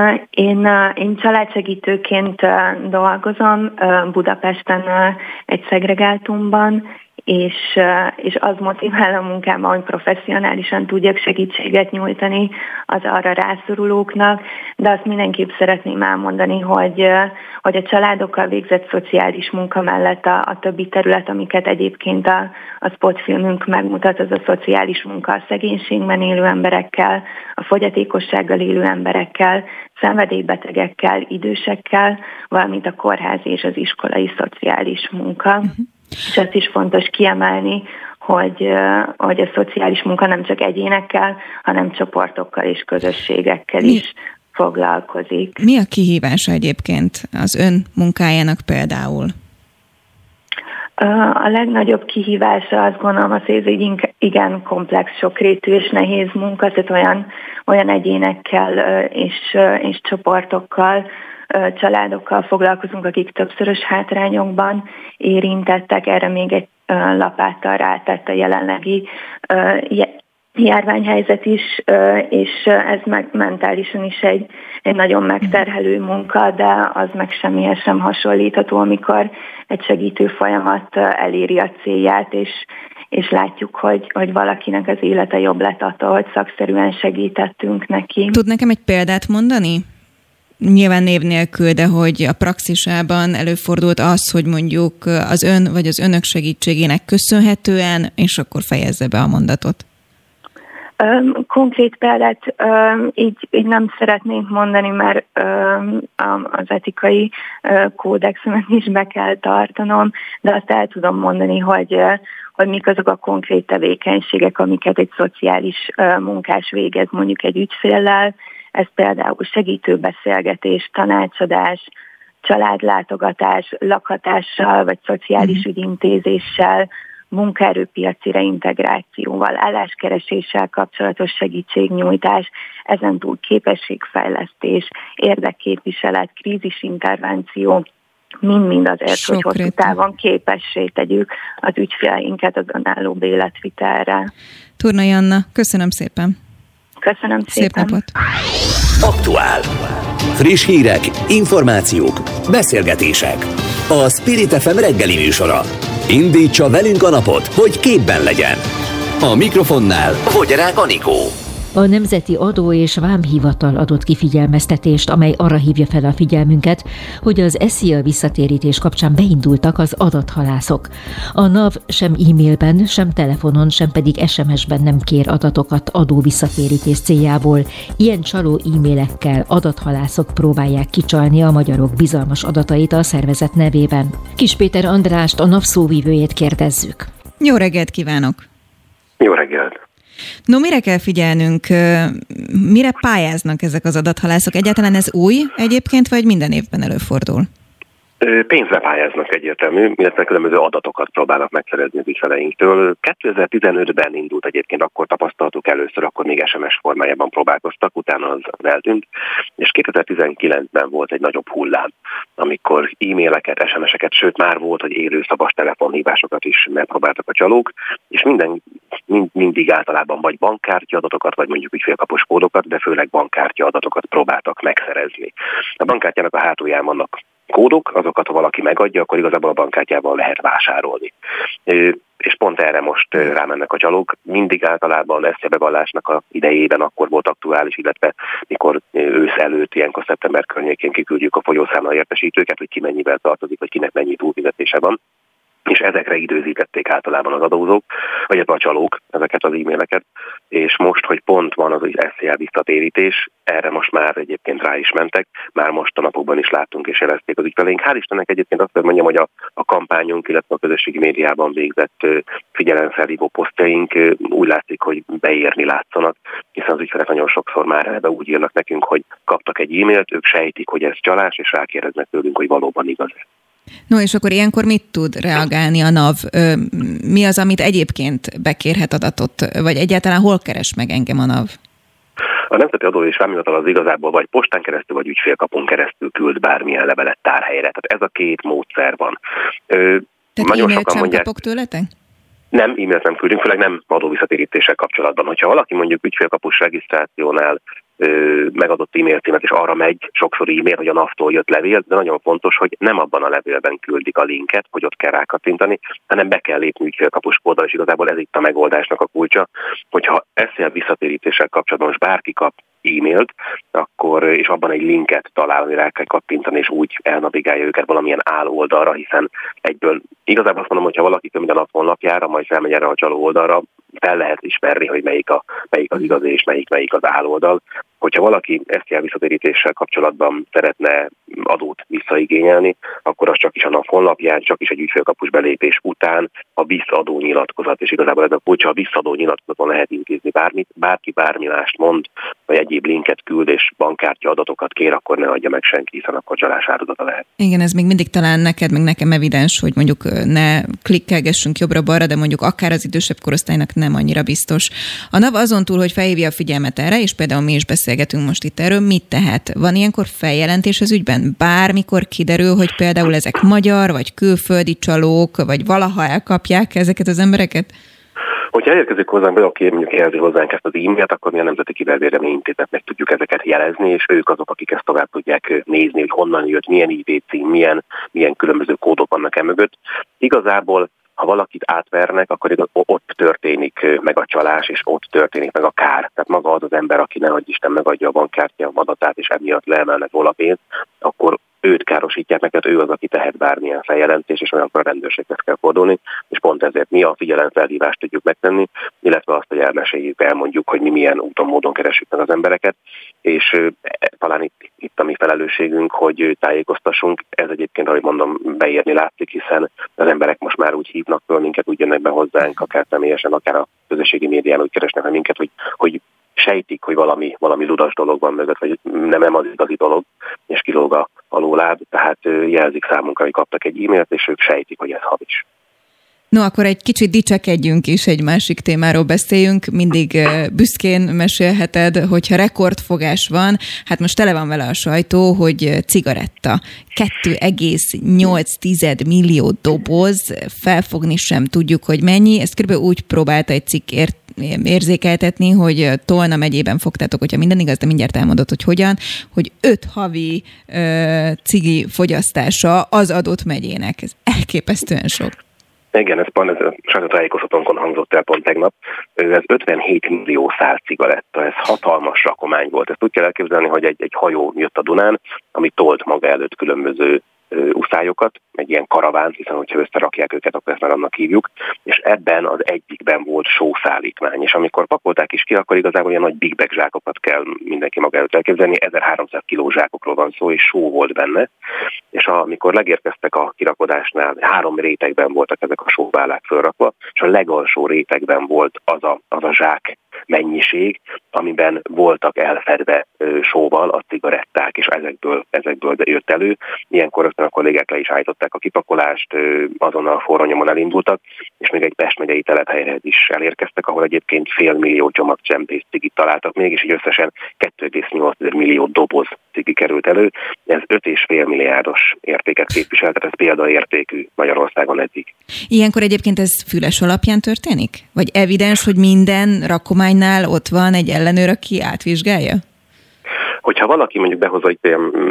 Én családsegítőként dolgozom Budapesten egy szegregátumban, és az motivál a munkámban, hogy professzionálisan tudjak segítséget nyújtani az arra rászorulóknak, de azt mindenképp szeretném elmondani, hogy a családokkal végzett szociális munka mellett a többi terület, amiket egyébként a spotfilmünk megmutat, az a szociális munka a szegénységben élő emberekkel, a fogyatékossággal élő emberekkel, szenvedélybetegekkel, idősekkel, valamint a kórházi és az iskolai szociális munka. És azt is fontos kiemelni, hogy a szociális munka nem csak egyénekkel, hanem csoportokkal és közösségekkel is foglalkozik. Mi a kihívása egyébként az ön munkájának például? A legnagyobb kihívása, azt gondolom, az, hogy igen komplex, sokrétű és nehéz munka, tehát olyan egyénekkel és csoportokkal, családokkal foglalkozunk, akik többszörös hátrányokban érintettek. Erre még egy lapáttal rátett a jelenlegi járványhelyzet is, és ez mentálisan is egy nagyon megterhelő munka, de az meg semmihez sem hasonlítható, amikor egy segítő folyamat eléri a célját, és látjuk, hogy valakinek az élete jobb lett attól, hogy szakszerűen segítettünk neki. Tud nekem egy példát mondani? Nyilván név nélkül, de hogy a praxisában előfordult az, hogy mondjuk az ön vagy az önök segítségének köszönhetően, és akkor fejezze be a mondatot. Konkrét példát így nem szeretnénk mondani, mert az etikai kódexemet is be kell tartanom, de azt el tudom mondani, hogy mik azok a konkrét tevékenységek, amiket egy szociális munkás végez mondjuk egy ügyféllel. Ez például segítőbeszélgetés, tanácsadás, családlátogatás, lakhatással vagy szociális ügyintézéssel, munkaerőpiaci reintegrációval, álláskereséssel kapcsolatos segítségnyújtás, ezentúl képességfejlesztés, érdekképviselet, krízisintervenció, mind-mind azért, hogy hosszú távon képessé tegyük az ügyféleinket az önálló életvitelre. Turnai Anna, köszönöm szépen! Köszönöm szépen! Szép napot! Aktuál. Friss hírek, információk, beszélgetések. A Spirit FM reggeli műsora. Indítsa velünk a napot, hogy képben legyen. A mikrofonnál Vogyarák Anikó. A Nemzeti Adó és Vámhivatal adott ki figyelmeztetést, amely arra hívja fel a figyelmünket, hogy az SZIA visszatérítés kapcsán beindultak az adathalászok. A NAV sem e-mailben, sem telefonon, sem pedig SMS-ben nem kér adatokat adó visszatérítés céljából. Ilyen csaló e-mailekkel adathalászok próbálják kicsalni a magyarok bizalmas adatait a szervezet nevében. Kis Péter Andrást, a NAV szóvivőjét kérdezzük. Jó reggelt kívánok! Jó reggelt! No, mire kell figyelnünk? Mire pályáznak ezek az adathalászok? Egyáltalán ez új egyébként, vagy minden évben előfordul? Pénzre pályáznak egyértelmű, illetve különböző adatokat próbálnak megszerezni az ügyfeleinktől. 2015-ben indult egyébként, akkor tapasztaltuk először, akkor még SMS formájában próbálkoztak, utána az eltűnt, és 2019-ben volt egy nagyobb hullám, amikor e-maileket, SMS-eket, sőt már volt, hogy élő szabas telefonhívásokat is megpróbáltak a csalók, és mindig általában vagy bankkártya adatokat, vagy mondjuk ügyfélkapos kódokat, de főleg bankkártya adatokat próbáltak megszerezni. A bankkártyának a hátulján vannak kódok, azokat ha valaki megadja, akkor igazából a bankkártyával lehet vásárolni. És pont erre most rámennek a csalók. Mindig általában SZIA bevallásnak a idejében akkor volt aktuális, illetve mikor ősz előtt, ilyenkor szeptember környékén kiküldjük a folyószámla értesítőket, hogy ki mennyivel tartozik, vagy kinek mennyi túlfizetése van. És ezekre időzítették általában az adózók, vagy a csalók ezeket az e-maileket, és most, hogy pont van az SZIA visszatérítés, erre most már egyébként rá is mentek, már most a napokban is láttunk és jelezték az ügyfeleink. Hál' Istennek egyébként azt mondjam, hogy a kampányunk, illetve a közösségi médiában végzett figyelemfelhívó posztjaink úgy látszik, hogy beérni látszanak, hiszen az ügyfelek nagyon sokszor már ebbe úgy írnak nekünk, hogy kaptak egy e-mailt, ők sejtik, hogy ez csalás, és rákérdeznek tőlünk, hogy valóban igaz. No, és akkor ilyenkor mit tud reagálni a NAV? Mi az, amit egyébként bekérhet adatot, vagy egyáltalán hol keres meg engem a NAV? A Nemzeti Adó és Vámhivatal az igazából vagy postán keresztül, vagy ügyfélkapun keresztül küld bármilyen levelet tárhelyre. Tehát ez a két módszer van. Tehát e-mailt sem kapok tőletek? Nem, e-mailt nem küldünk, főleg nem adóvisszatérítéssel kapcsolatban. Hogyha valaki mondjuk ügyfélkapus regisztrációnál megadott e-mail címet, és arra megy sokszor e-mail, hogy a NAV-tól jött levél, de nagyon fontos, hogy nem abban a levélben küldik a linket, hogy ott kell rákattintani, hanem be kell lépni ügyfélkapus kóddal, és igazából ez itt a megoldásnak a kulcsa, hogyha SZIA visszatérítéssel kapcsolatban most bárki kap e-mailt, akkor, és abban egy linket talál, hogy rá kell kattintani, és úgy elnavigálja őket valamilyen áloldalra, hiszen egyből igazából azt mondom, hogyha valaki minden nap honlapjára, majd felmegy erre a csaló oldalra, fel lehet ismerni, hogy melyik az igazi és melyik az áloldal. Hogyha valaki SZIA visszatérítéssel kapcsolatban szeretne adót visszaigényelni, akkor az csak is a NAV honlapján, csak is egy ügyfélkapus belépés után a visszaadó nyilatkozat, és igazából ez a kulcsa, a visszaadó nyilatkozaton lehet intézni bármit, bárki bármi mást mond, vagy egyéb linket küld, és bankkártya adatokat kér, akkor ne adja meg senki, hiszen akkor csalás áldozata lehet. Igen, ez még mindig talán neked, meg nekem evidens, hogy mondjuk ne klikkelgessünk jobbra-balra, de mondjuk akár az idősebb korosztálynak nem annyira biztos. A NAV azon túl, hogy felhívja a figyelmet erre, és például mi is beszélgetünk most itt erről, mit tehet? Van ilyenkor feljelentés az ügyben? Bármikor kiderül, hogy például ezek magyar, vagy külföldi csalók, vagy valaha elkapják ezeket az embereket? Hogyha elérkezik hozzánk, aki mondjuk jelzi hozzánk ezt az e-mailt, akkor mi a Nemzeti Kibervédelmi Intézetnek tudjuk ezeket jelezni, és ők azok, akik ezt tovább tudják nézni, hogy honnan jött, milyen ID cím, milyen különböző kódok vannak mögött. Igazából, ha valakit átvernek, akkor ott történik meg a csalás, és ott történik meg a kár. Tehát maga az ember, aki nehogy Isten megadja a bankkártya adatát, és emiatt leemelnek róla pénzt, akkor őt károsítják meg, tehát ő az, aki tehet bármilyen feljelentés, és olyankor a rendőrséghez kell fordulni, és pont ezért mi a figyelemfelhívást tudjuk megtenni, illetve azt, hogy elmeséljük, elmondjuk, hogy mi milyen úton, módon keresünk meg az embereket, és talán itt a mi felelősségünk, hogy tájékoztassunk. Ez egyébként, ahogy mondom, beérni látszik, hiszen az emberek most már úgy hívnak föl minket, úgy jönnek be hozzánk, akár személyesen, akár a közösségi médián úgy keresnek meg minket, hogy sejtik, hogy valami ludas dolog van mögött, vagy nem az igazi dolog, és kilóg a lóláb, tehát jelzik számunkra, hogy kaptak egy e-mailt, és ők sejtik, hogy ez hamis. No, akkor egy kicsit dicsekedjünk is, egy másik témáról beszéljünk. Mindig büszkén mesélheted, hogyha rekordfogás van, hát most tele van vele a sajtó, hogy cigaretta. 2,8 millió doboz, felfogni sem tudjuk, hogy mennyi. Ezt kb. Úgy próbálta egy cikk érzékeltetni, hogy Tolna megyében fogtátok, hogyha minden igaz, de mindjárt elmondod, hogy hogyan, hogy 5 havi cigi fogyasztása az adott megyének. Ez elképesztően sok. Igen, ez a sajtótájékoztatónkon hangzott el pont tegnap. Ez 57 millió szál cigaretta, ez hatalmas rakomány volt. Ezt úgy kell elképzelni, hogy egy hajó jött a Dunán, ami tolt maga előtt különböző uszályokat, egy ilyen karaván, hiszen hogyha összerakják őket, akkor ezt már annak hívjuk, és ebben az egyikben volt sószállítmány, és amikor pakolták is ki, akkor igazából ilyen nagy big bag zsákokat kell mindenki maga előtt elképzelni, 1300 kiló zsákokról van szó, és só volt benne, és amikor legérkeztek a kirakodásnál, 3 rétegben voltak ezek a sóbálák fölrakva, és a legalsó rétegben volt az a zsák mennyiség, amiben voltak elfedve sóval a cigaretták, és ezekből jött elő. Ilyenkor rögtön a kollégák le is állították a kipakolást, azonnal forró nyomon elindultak, és még egy Pest megyei telephelyhez is elérkeztek, ahol egyébként 500 000 csomagcsempész cigit találtak még, és így összesen 2,8 millió doboz cigi került elő. Ez 5,5 milliárdos értéket képvisel, tehát ez példaértékű Magyarországon eddig. Ilyenkor egyébként ez füles alapján történik? Vagy evidens, hogy minden rakománynál ott van egy ellenőr, aki átvizsgálja? Hogyha valaki mondjuk behoz egy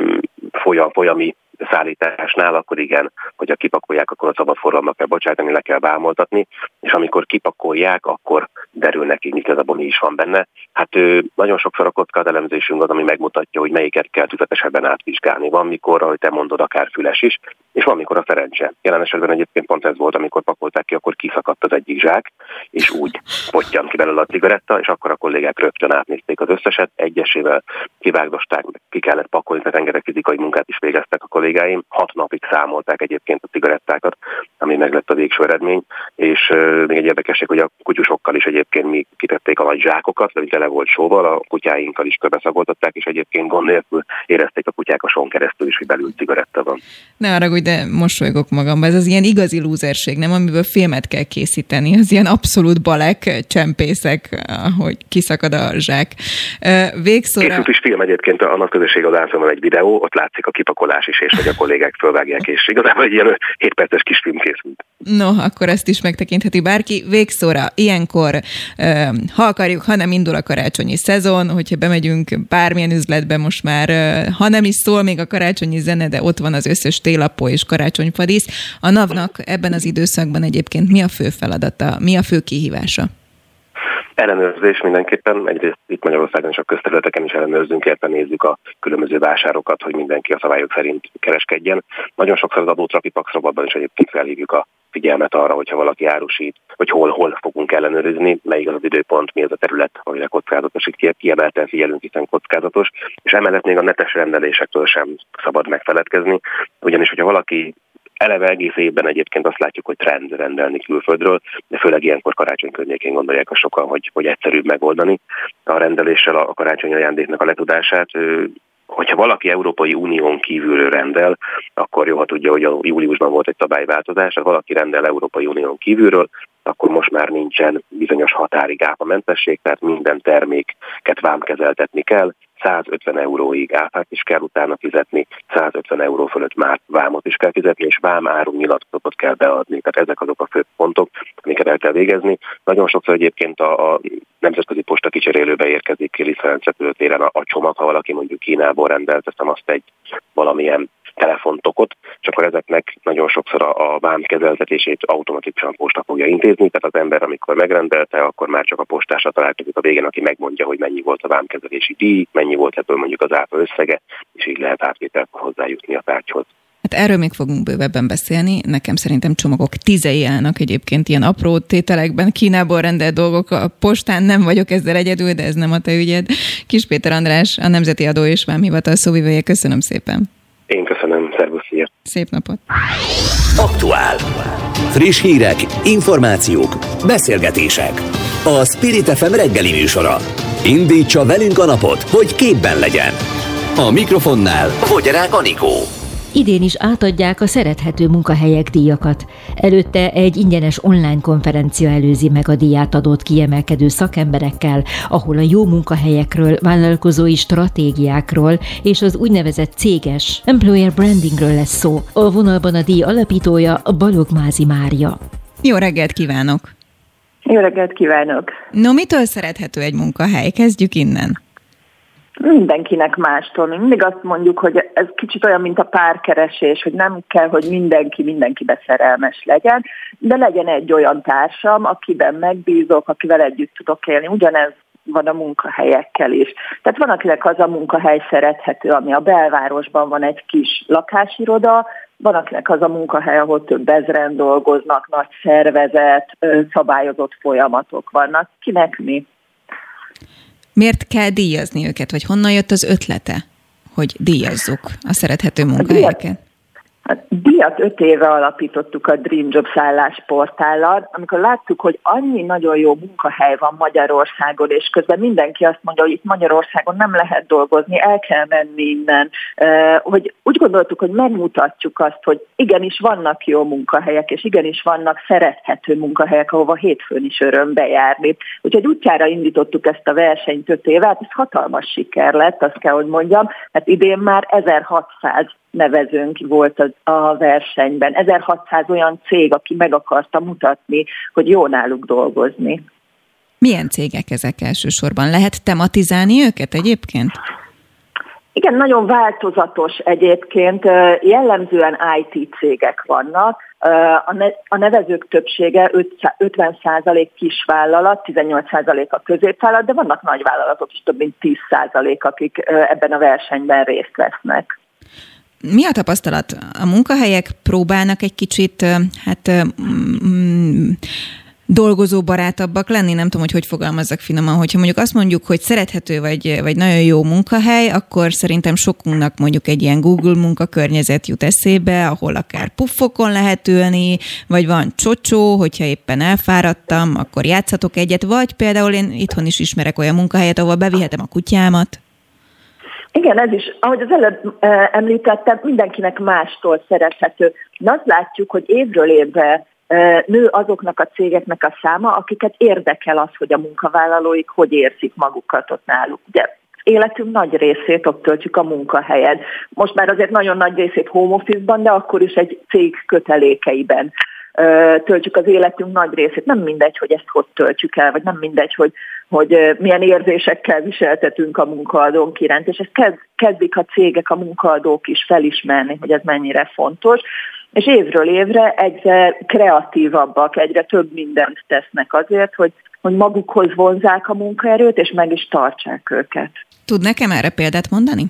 folyami szállításnál, akkor igen, hogyha kipakolják, akkor a szabad forgalomnak kell bocsátani, le kell vámoltatni, és amikor kipakolják, akkor derül neki, mi igazából mi is van benne. Hát nagyon sokszor a kockázatelemzésünk az, ami megmutatja, hogy melyiket kell tüzetesebben átvizsgálni. Van mikor, ahogy te mondod, akár füles is, és van mikor a szerencse. Jelen esetben egyébként pont ez volt, amikor pakolták ki, akkor kiszakadt az egyik zsák, és úgy pottyant ki belőle a cigaretta, és akkor a kollégák rögtön átnézték az összeset, egyesével kivágdosták, ki kellett pakolni, mert rengeteg fizikai munkát is végeztek a kollégáim. 6 napig számolták egyébként a cigarettákat, ami meg lett a végső eredmény, és még egy érdekesség, hogy a kutyusokkal is egyébként mi kitették a nagy zsákokat, ami tele volt sóval, a kutyáinkkal is körbeszagoltatták, és egyébként gond nélkül érezték a kutyák a són keresztül is, hogy belül cigaretta van. Ne haragudj, de mosolygok magamba. Ez az ilyen igazi lúzerség, nem? Amiből filmet kell készíteni. Az ilyen abszolút balek csempészek, ahogy kiszakad a zsák. Végszóra... Készült is film egyébként, a nagy közösség oldalán egy videó, ott látszik a kipakolás is, és hogy a kollégák fölvágják, és igazából egy ilyen 7 perces kis film készült. No, akkor ezt is megtekintheti bárki. Végszóra, ilyenkor, ha akarjuk, ha nem indul a karácsonyi szezon, hogyha bemegyünk bármilyen üzletbe most már, ha nem is szól még a karácsonyi zene, de ott van az összes télapó és karácsonyfadísz. A NAV-nak ebben az időszakban egyébként mi a fő feladata, mi a fő kihívása? Ellenőrzés mindenképpen, egyrészt itt Magyarországon és a közterületeken is ellenőrzünk, illetve nézzük a különböző vásárokat, hogy mindenki a szabályok szerint kereskedjen. Nagyon sokszor az adótrapipax rovatban is egyébként felhívjuk a figyelmet arra, hogyha valaki árusít, hogy hol fogunk ellenőrizni, melyik az időpont, mi az a terület, amire kockázatos, itt kiemelten figyelünk, hiszen kockázatos, és emellett még a netes rendelésektől sem szabad megfeledkezni, ugyanis hogyha valaki eleve egész évben egyébként azt látjuk, hogy trend rendelni külföldről, de főleg ilyenkor karácsony környékén gondolják a sokan, hogy egyszerűbb megoldani a rendeléssel a karácsonyi ajándéknak a letudását. Hogyha valaki Európai Unión kívülről rendel, akkor jó, ha tudja, hogy a júliusban volt egy szabályváltozás, ha valaki rendel Európai Unión kívülről, akkor most már nincsen bizonyos határig áfamentesség, tehát minden terméket vámkezeltetni kell, 150 euróig áfát is kell utána fizetni, 150 euró fölött már vámot is kell fizetni, és vám árunyilatkozatot kell beadni. Tehát ezek azok a fő pontok, amiket el kell végezni. Nagyon sokszor egyébként a nemzetközi posta kicserélőbe érkezik Liszt Ferenc repülőtéren a csomag, ha valaki mondjuk Kínából rendelt, teszem azt egy valamilyen telefontokot, és akkor ezeknek nagyon sokszor a vámkezeltetését automatikusan posta fogja intézni, tehát az ember, amikor megrendelte, akkor már csak a postásra találkozik a végén, aki megmondja, hogy mennyi volt a vámkezelési díj, mennyi volt ebből mondjuk az áfa összege, és így lehet átvétel hozzájutni a tárgyhoz. Hát erről még fogunk bővebben beszélni. Nekem szerintem csomagok 10 állnak egyébként ilyen apró tételekben, Kínából rendelt dolgok a postán, nem vagyok ezzel egyedül, de ez nem a te ügyed. Kis Péter András, a Nemzeti Adó és Vámhivatal szóvivője, köszönöm szépen. Én köszönöm, szervusz, szia! Szép napot! Aktuál. Friss hírek, információk, beszélgetések. A Spirit FM reggeli műsora. Indítsa velünk a napot, hogy képben legyen. A mikrofonnál Vogyarák Anikó. Idén is átadják a szerethető munkahelyek díjakat. Előtte egy ingyenes online konferencia előzi meg a díjátadót kiemelkedő szakemberekkel, ahol a jó munkahelyekről, vállalkozói stratégiákról és az úgynevezett céges employer brandingről lesz szó. A vonalban a díj alapítója Balog Mázi Mária. Jó reggelt kívánok! Jó reggelt kívánok! No, mitől szerethető egy munkahely? Kezdjük innen. Mindenkinek mástól. Mindig azt mondjuk, hogy ez kicsit olyan, mint a párkeresés, hogy nem kell, hogy mindenkibe szerelmes legyen, de legyen egy olyan társam, akiben megbízok, akivel együtt tudok élni. Ugyanez van a munkahelyekkel is. Tehát van, akinek az a munkahely szerethető, ami a belvárosban van egy kis lakásiroda, van, akinek az a munkahely, ahol több ezren dolgoznak, nagy szervezet, szabályozott folyamatok vannak. Kinek mi? Miért kell díjazni őket, vagy honnan jött az ötlete, hogy díjazzuk a szerethető munkahelyeket? A díjat 5 éve alapítottuk a Dream Jobs állásportállal, amikor láttuk, hogy annyi nagyon jó munkahely van Magyarországon, és közben mindenki azt mondja, hogy itt Magyarországon nem lehet dolgozni, el kell menni innen. Hogy úgy gondoltuk, hogy megmutatjuk azt, hogy igenis vannak jó munkahelyek, és igenis vannak szerethető munkahelyek, ahova hétfőn is öröm bejárni. Úgyhogy útjára indítottuk ezt a versenyt 5 éve, hát ez hatalmas siker lett, azt kell, hogy mondjam, hát idén már 1600 nevezőnk volt a versenyben. 1600 olyan cég, aki meg akarta mutatni, hogy jó náluk dolgozni. Milyen cégek ezek elsősorban? Lehet tematizálni őket egyébként? Igen, nagyon változatos egyébként. Jellemzően IT cégek vannak. A nevezők többsége 50% kisvállalat, 18% a középvállalat, de vannak nagyvállalatok is, több mint 10%, akik ebben a versenyben részt vesznek. Mi a tapasztalat? A munkahelyek próbálnak egy kicsit dolgozóbarátabbak lenni? Nem tudom, hogy fogalmazzak finoman. Hogyha mondjuk azt mondjuk, hogy szerethető vagy nagyon jó munkahely, akkor szerintem sokunknak mondjuk egy ilyen Google munkakörnyezet jut eszébe, ahol akár puffokon lehet ülni, vagy van csocsó, hogyha éppen elfáradtam, akkor játszhatok egyet, vagy például én itthon is ismerek olyan munkahelyet, ahol bevihetem a kutyámat. Igen, ez is, ahogy az előbb említettem, mindenkinek mástól szerethető. Azt látjuk, hogy évről évre nő azoknak a cégeknek a száma, akiket érdekel az, hogy a munkavállalóik hogy érzik magukat ott náluk. Ugye életünk nagy részét ott töltjük a munkahelyen. Most már azért nagyon nagy részét home office-ban, de akkor is egy cég kötelékeiben töltjük az életünk nagy részét. Nem mindegy, hogy ezt hogy töltjük el, vagy nem mindegy, hogy milyen érzésekkel viseltetünk a munkaadónk iránt, és ezt kezdik a cégek, a munkaadók is felismerni, hogy ez mennyire fontos, és évről évre egyre kreatívabbak, egyre több mindent tesznek azért, hogy hogy magukhoz vonzzák a munkaerőt, és meg is tartsák őket. Tud nekem erre példát mondani?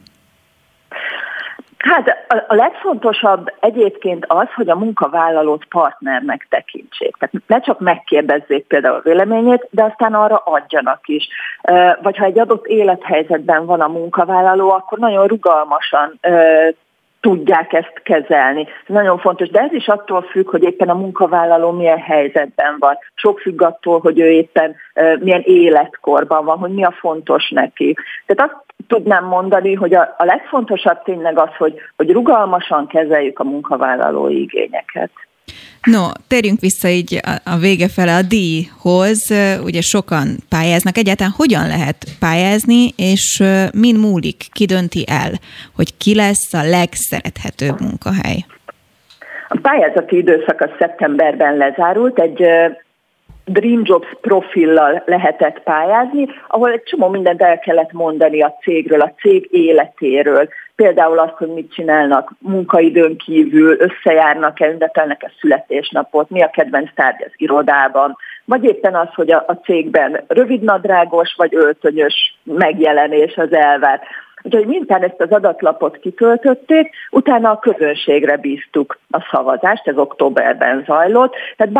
Hát a legfontosabb egyébként az, hogy a munkavállalót partnernek tekintsék. Tehát ne csak megkérdezzék például a véleményét, de aztán arra adjanak is. Vagy ha egy adott élethelyzetben van a munkavállaló, akkor nagyon rugalmasan tudják ezt kezelni. Ez nagyon fontos, de ez is attól függ, hogy éppen a munkavállaló milyen helyzetben van. Sok függ attól, hogy ő éppen milyen életkorban van, hogy mi a fontos neki. Tehát azt tudnám mondani, hogy a legfontosabb tényleg az, hogy rugalmasan kezeljük a munkavállalói igényeket. No, térjünk vissza így a vége fele a díjhoz. Ugye sokan pályáznak. Egyáltalán hogyan lehet pályázni, és min múlik, ki dönti el, hogy ki lesz a legszerethetőbb munkahely? A pályázati időszak a szeptemberben lezárult, egy Dream Jobs profillal lehetett pályázni, ahol egy csomó mindent el kellett mondani a cégről, a cég életéről. Például azt, hogy mit csinálnak munkaidőn kívül, összejárnak-e, ünnepelnek-e születésnapot, mi a kedvenc tárgy az irodában, vagy éppen az, hogy a cégben rövidnadrágos vagy öltönyös megjelenés az elvárt. Úgyhogy miután ezt az adatlapot kitöltötték, utána a közönségre bíztuk a szavazást, ez októberben zajlott, tehát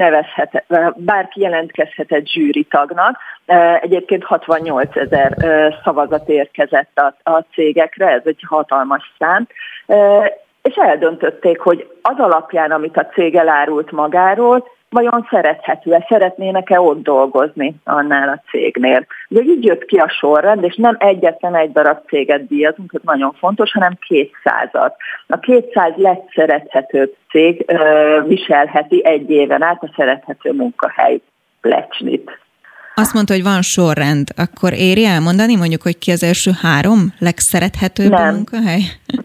bárki jelentkezhetett zsűritagnak, egyébként 68 000 szavazat érkezett a cégekre, ez egy hatalmas szám, és eldöntötték, hogy az alapján, amit a cég elárult magáról, vajon szerethető-e, szeretnének-e ott dolgozni annál a cégnél. Ugye így jött ki a sorrend, és nem egyetlen egy darab céget díjazunk, ez nagyon fontos, hanem 200-at. A 200 legszerethetőbb cég viselheti egy éven át a szerethető munkahely plecsnit. Azt mondta, hogy van sorrend, akkor éri elmondani mondjuk, hogy ki az első 3 legszerethetőbb munkahely?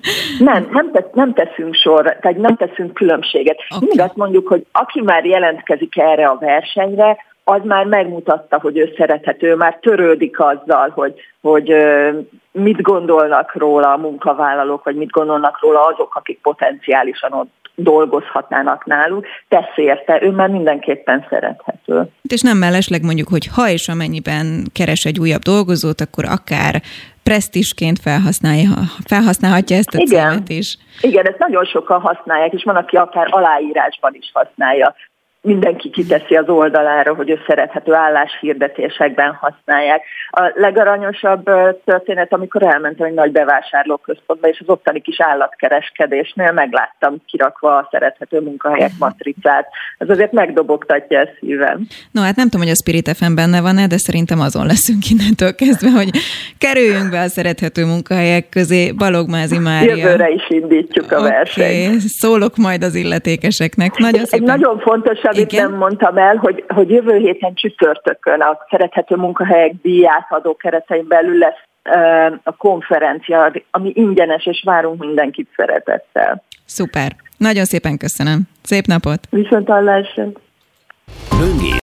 Nem teszünk sorra, tehát nem teszünk különbséget. Okay. Mindig azt mondjuk, hogy aki már jelentkezik erre a versenyre, az már megmutatta, hogy ő szerethető, már törődik azzal, hogy mit gondolnak róla a munkavállalók, vagy mit gondolnak róla azok, akik potenciálisan ott dolgozhatnának náluk, tesz érte, ő már mindenképpen szerethető. És nem mellesleg mondjuk, hogy ha és amennyiben keres egy újabb dolgozót, akkor akár presztízsként felhasználhatja ezt a címet is. Igen, ezt nagyon sokan használják, és van, aki akár aláírásban is használja. Mindenki kiteszi az oldalára, hogy ő szerethető, álláshirdetésekben használják. A legaranyosabb történet, amikor elmentem egy nagy bevásárlóközpontba, és az ottani kis állatkereskedésnél megláttam kirakva a szerethető munkahelyek matricát. Ez azért megdobogtatja a szívem. No, hát nem tudom, hogy a Spirit FM benne van-e, de szerintem azon leszünk innentől kezdve, hogy kerüljünk be a szerethető munkahelyek közé. Balogh-Mázi Mária. Jövőre is indítjuk a versenyt. Szólok majd az illetékeseknek. Nagyon szépen. Nagyon fontos, amit nem mondtam el, hogy jövő héten csütörtökön a szerethető munkahelyek díjátadó keretein belül lesz a konferencia, ami ingyenes, és várunk mindenkit szeretettel. Szuper. Nagyon szépen köszönöm. Szép napot. Viszonthallásra.